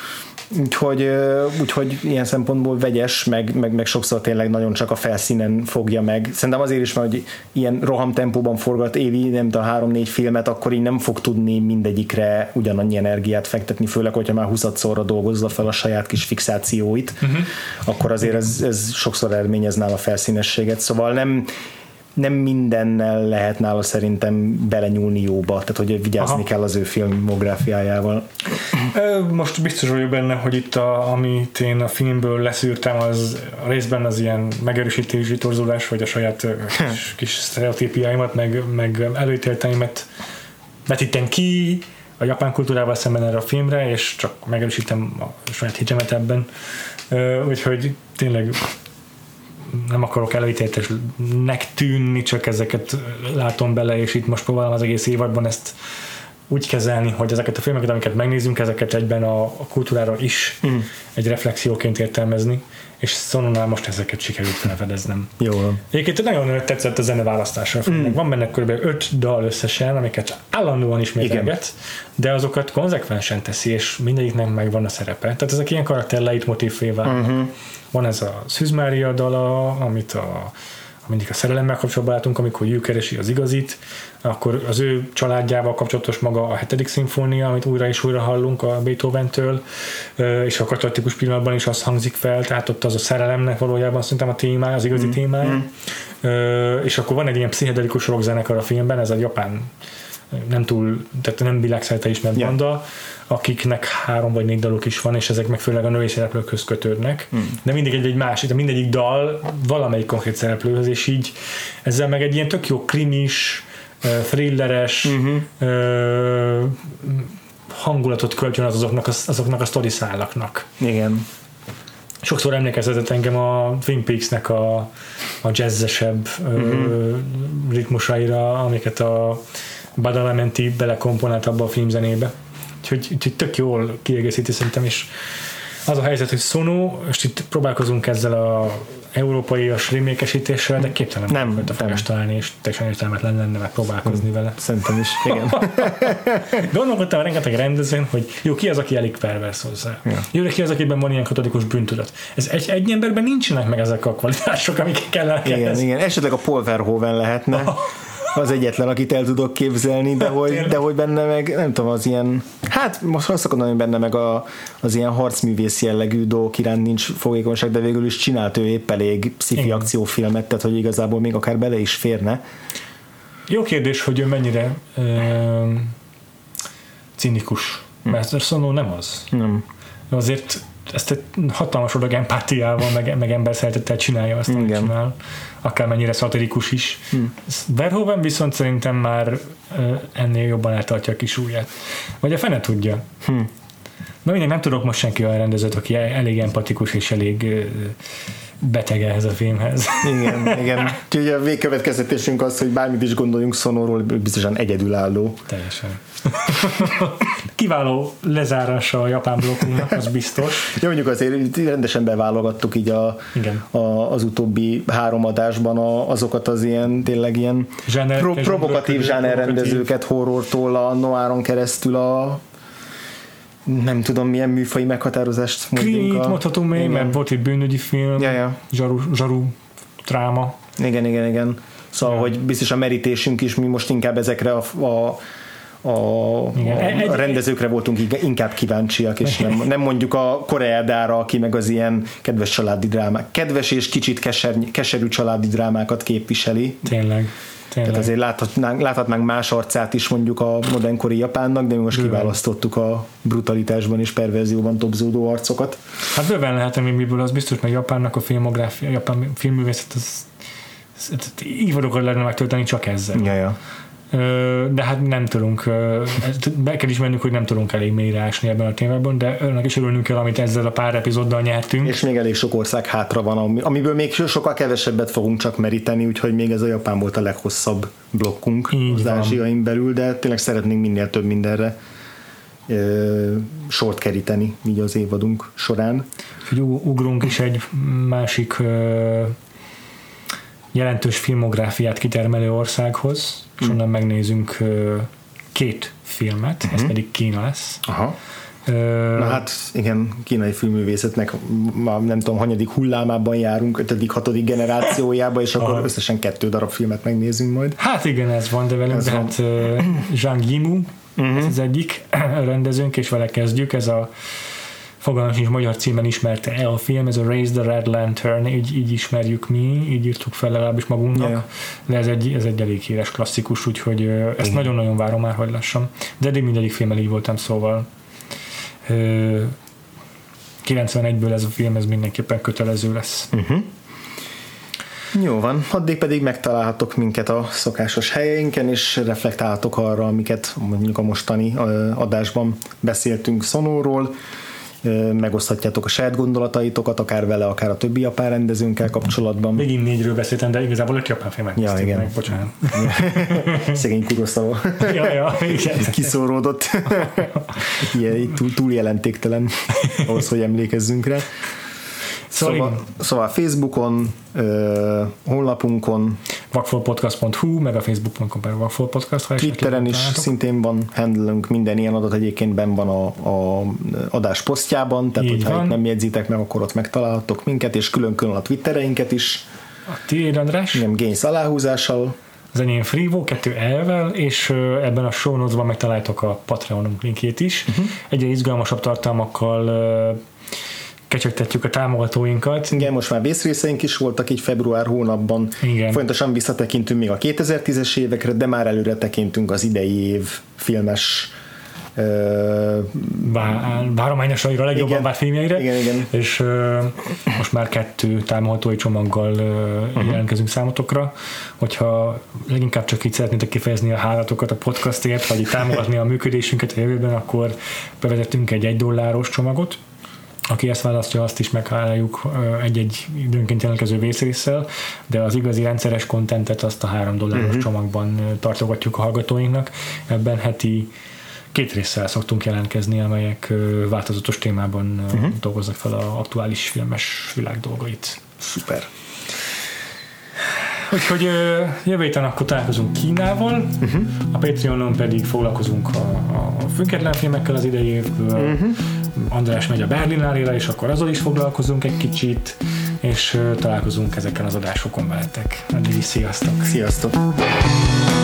Úgyhogy ilyen szempontból vegyes, meg sokszor tényleg nagyon csak a felszínen fogja meg. Szerintem azért is, mert hogy ilyen rohamtempóban forgat évi, nem tudom, 3-4 filmet, akkor így nem fog tudni mindegyikre ugyanannyi energiát fektetni, főleg, hogyha már 20-szorra dolgozza fel a saját kis fixációit, akkor azért ez sokszor eredményez nála a felszínességet. Szóval nem mindennel lehet nála szerintem belenyúlni jóba, tehát hogy vigyázni kell az ő filmográfiájával. Most biztos vagyok benne, hogy itt amit én a filmből leszűrtem, az részben az ilyen megerősítési torzulás, vagy a saját kis sztereotípiáimat, meg előítélteimet vetítem ki a japán kultúrával szemben erre a filmre, és csak megerősítem a saját hitemet ebben. Úgyhogy tényleg nem akarok előítéletesnek tűnni, csak ezeket látom bele, és itt most próbálom az egész évadban ezt úgy kezelni, hogy ezeket a filmeket, amiket megnézünk, ezeket egyben a kultúrára is egy reflexióként értelmezni, és Sononál most ezeket sikerült felfedeznem. Jó. Egyébként nagyon tetszett a zeneválasztása a filmnek. Van benne kb. 5 dal összesen, amiket állandóan ismételget, de azokat konzekvensen teszi, és mindegyiknek megvan a szerepe. Tehát ezek ilyen karakter leitmotívvé válnak. Van ez a Szűz Mária dala, amit a mindig a szerelemmel kapcsolatban látunk, amikor ő keresi az igazit, akkor az ő családjával kapcsolatos maga a 7. szimfónia, amit újra és újra hallunk a Beethoventől, és a katartikus pillanatban is az hangzik fel, tehát ott az a szerelemnek valójában szerintem a témája, az igazi témája. És akkor van egy ilyen pszichedelikus rockzenekar a filmben, ez a japán tehát nem világszerte ismert banda, akiknek 3 vagy 4 daluk is van, és ezek meg főleg a női szereplőkhöz kötődnek. De mindig egy másik, de mindegyik dal valamelyik konkrét szereplőhöz, és így ezzel meg egy ilyen tök jó krimis, thrilleres hangulatot költjön azoknak a sztoriszálaknak. Igen. Sokszor emlékeztetett engem a Twin Peaks-nek a jazzesebb ritmusaira, amiket a Badalamenti belekomponált abba a filmzenébe. Úgyhogy tök jól kiegészíti szerintem, és az a helyzet, hogy Sono, és itt próbálkozunk ezzel a európai remékesítéssel, de képtelen nem fogás találni, és teljesen értelmetlen lenne megpróbálkozni vele. Szerintem is, igen. Gondolkodtam rengeteg rendezőn, hogy jó, ki az, aki elég pervers hozzá. Jó, ki az, akiben van ilyen katolikus bűntudat. Ez egy emberben nincsenek meg ezek a kvalitások, amik kellene. Igen. Esetleg a Paul Verhoeven lehetne. Az egyetlen, akit el tudok képzelni, de hogy benne meg, nem tudom, az ilyen, hát most azt akarom, hogy benne meg az ilyen harcművész jellegű dolgok iránt nincs fogékonyság, de végül is csinált ő épp elég pszichi akciófilmet, tehát hogy igazából még akár bele is férne. Jó kérdés, hogy ő mennyire cinikus, mert Sono nem az. Nem. Azért ezt egy hatalmas odag empátiával, meg emberszeretettel csinálja azt, amit csinál. Akármennyire szatirikus is. Verhoeven viszont szerintem már ennél jobban eltartja a kis ujját. Vagy a fene tudja. Na mindegy, nem tudok most senki olyan rendezőt, aki elég empatikus és elég beteg ehhez a filmhez. Igen. Úgyhogy a végkövetkeztetésünk az, hogy bármit is gondoljunk Sonoról, biztosan egyedülálló. Teljesen. Kiváló lezárása a japán blokkunknak, az biztos. Ja, mondjuk azért rendesen beválogattuk így az utóbbi 3 adásban azokat az ilyen tényleg ilyen provokatív zsánerrendezőket, horrortól a noiron keresztül a nem tudom milyen műfai meghatározást mondjunk. Mondhatunk még, mert volt egy bűnügyi film, zsaru dráma. Igen. Szóval, hogy biztos a merítésünk is, mi most inkább ezekre a rendezőkre voltunk inkább kíváncsiak, és nem mondjuk a Koreedára, aki meg az ilyen kedves családi drámák, kedves és kicsit keserű családi drámákat képviseli. Tényleg. Tehát azért láthatnánk más arcát is mondjuk a modernkori Japánnak, de mi most kiválasztottuk a brutalitásban és perverzióban tobzódó arcokat. Hát bőven lehetne még miből, az biztos, mert Japánnak a filmográfia, a japán filmművészet az évadokat lehetne megtölteni csak ezzel. Ja. De hát nem tudunk, be kell ismernünk, hogy nem tudunk elég mélyre ásni ebben a témában, de önnek is örülnünk kell, amit ezzel a pár epizóddal nyertünk. És még elég sok ország hátra van, amiből még sokkal kevesebbet fogunk csak meríteni, úgyhogy még ez a Japán volt a leghosszabb blokkunk az Ázsiain belül, de tényleg szeretnénk minél több mindenre sort keríteni így az évadunk során. Úgyhogy ugrunk is egy másik jelentős filmográfiát kitermelő országhoz, és onnan megnézünk 2 filmet, ez pedig Kína lesz. Aha. Na hát igen, kínai filmművészetnek nem tudom, hanyadik hullámában járunk, 5., 6. generációjába, és akkor összesen 2 darab filmet megnézünk majd. Hát igen, ez van, de velünk, hát Zhang Yimou, ez az egyik rendezőnk, és vele kezdjük, ez a fogalmam sincs magyar címen ismerte el a film, ez a Raise the Red Lantern, így ismerjük mi, így írtuk fel legalábbis magunknak, de ez egy elég híres klasszikus, úgyhogy ezt nagyon-nagyon várom már, hogy lassam. De eddig mindegyik filmmel így voltam, szóval 91-ből ez a film, ez mindenképpen kötelező lesz. Jó van, addig pedig megtalálhatok minket a szokásos helyeinken, és reflektálhatok arra, amiket mondjuk a mostani adásban beszéltünk Sonóról, megoszthatjátok a saját gondolataitokat, akár vele, akár a többi japán rendezőnkkel kapcsolatban. Megint 4-ről beszéltem, de igazából 5 japán filmet néztünk meg, bocsánat. Szegény Kurosawa. Igen. Kiszóródott. Ilyen, túl jelentéktelen ahhoz, hogy emlékezzünk rá. Szóval Facebookon, honlapunkon, vakfolpodcast.hu, meg a facebook.com/vakfolpodcast, Twitteren is szintén van handlünk, minden ilyen adat egyébként benn van a adás posztjában, tehát hogyha itt nem jegyzitek meg, akkor ott megtalálhatok minket, és külön-külön a Twittereinket is. A tiéd, András? Nem, Gains aláhúzással. Az enyém Frivo, 2 L-vel, és ebben a show notes-ban megtaláltok a Patreonunk linkjét is. Egyre izgalmasabb tartalmakkal kecsegtetjük a támogatóinkat. Igen, most már vészrészeink is voltak így február hónapban. Igen. Folyamatosan visszatekintünk még a 2010-es évekre, de már előre tekintünk az idei év filmes várományosaira, legjobban várt filmjeire. Igen. És most már 2 támogatói csomaggal jelentkezünk számotokra. Hogyha leginkább csak így szeretnétek kifejezni a hálatokat a podcastért, vagy így támogatni a működésünket a jövőben, akkor bevezettünk egy $1 csomagot. Aki ezt választja, azt is megháláljuk egy-egy időnként jelentkező vészrésszel, de az igazi rendszeres kontentet azt a $3 csomagban tartogatjuk a hallgatóinknak. Ebben heti 2 résszel szoktunk jelentkezni, amelyek változatos témában dolgoznak fel az aktuális filmes világ dolgait. Szuper. Úgyhogy jövő héten akkor találkozunk Kínával, a Patreonon pedig foglalkozunk a független filmekkel az idei évből, András megy a Berlinálére, és akkor azzal is foglalkozunk egy kicsit, és találkozunk ezeken az adásokon veletek. Addig is sziasztok! Sziasztok!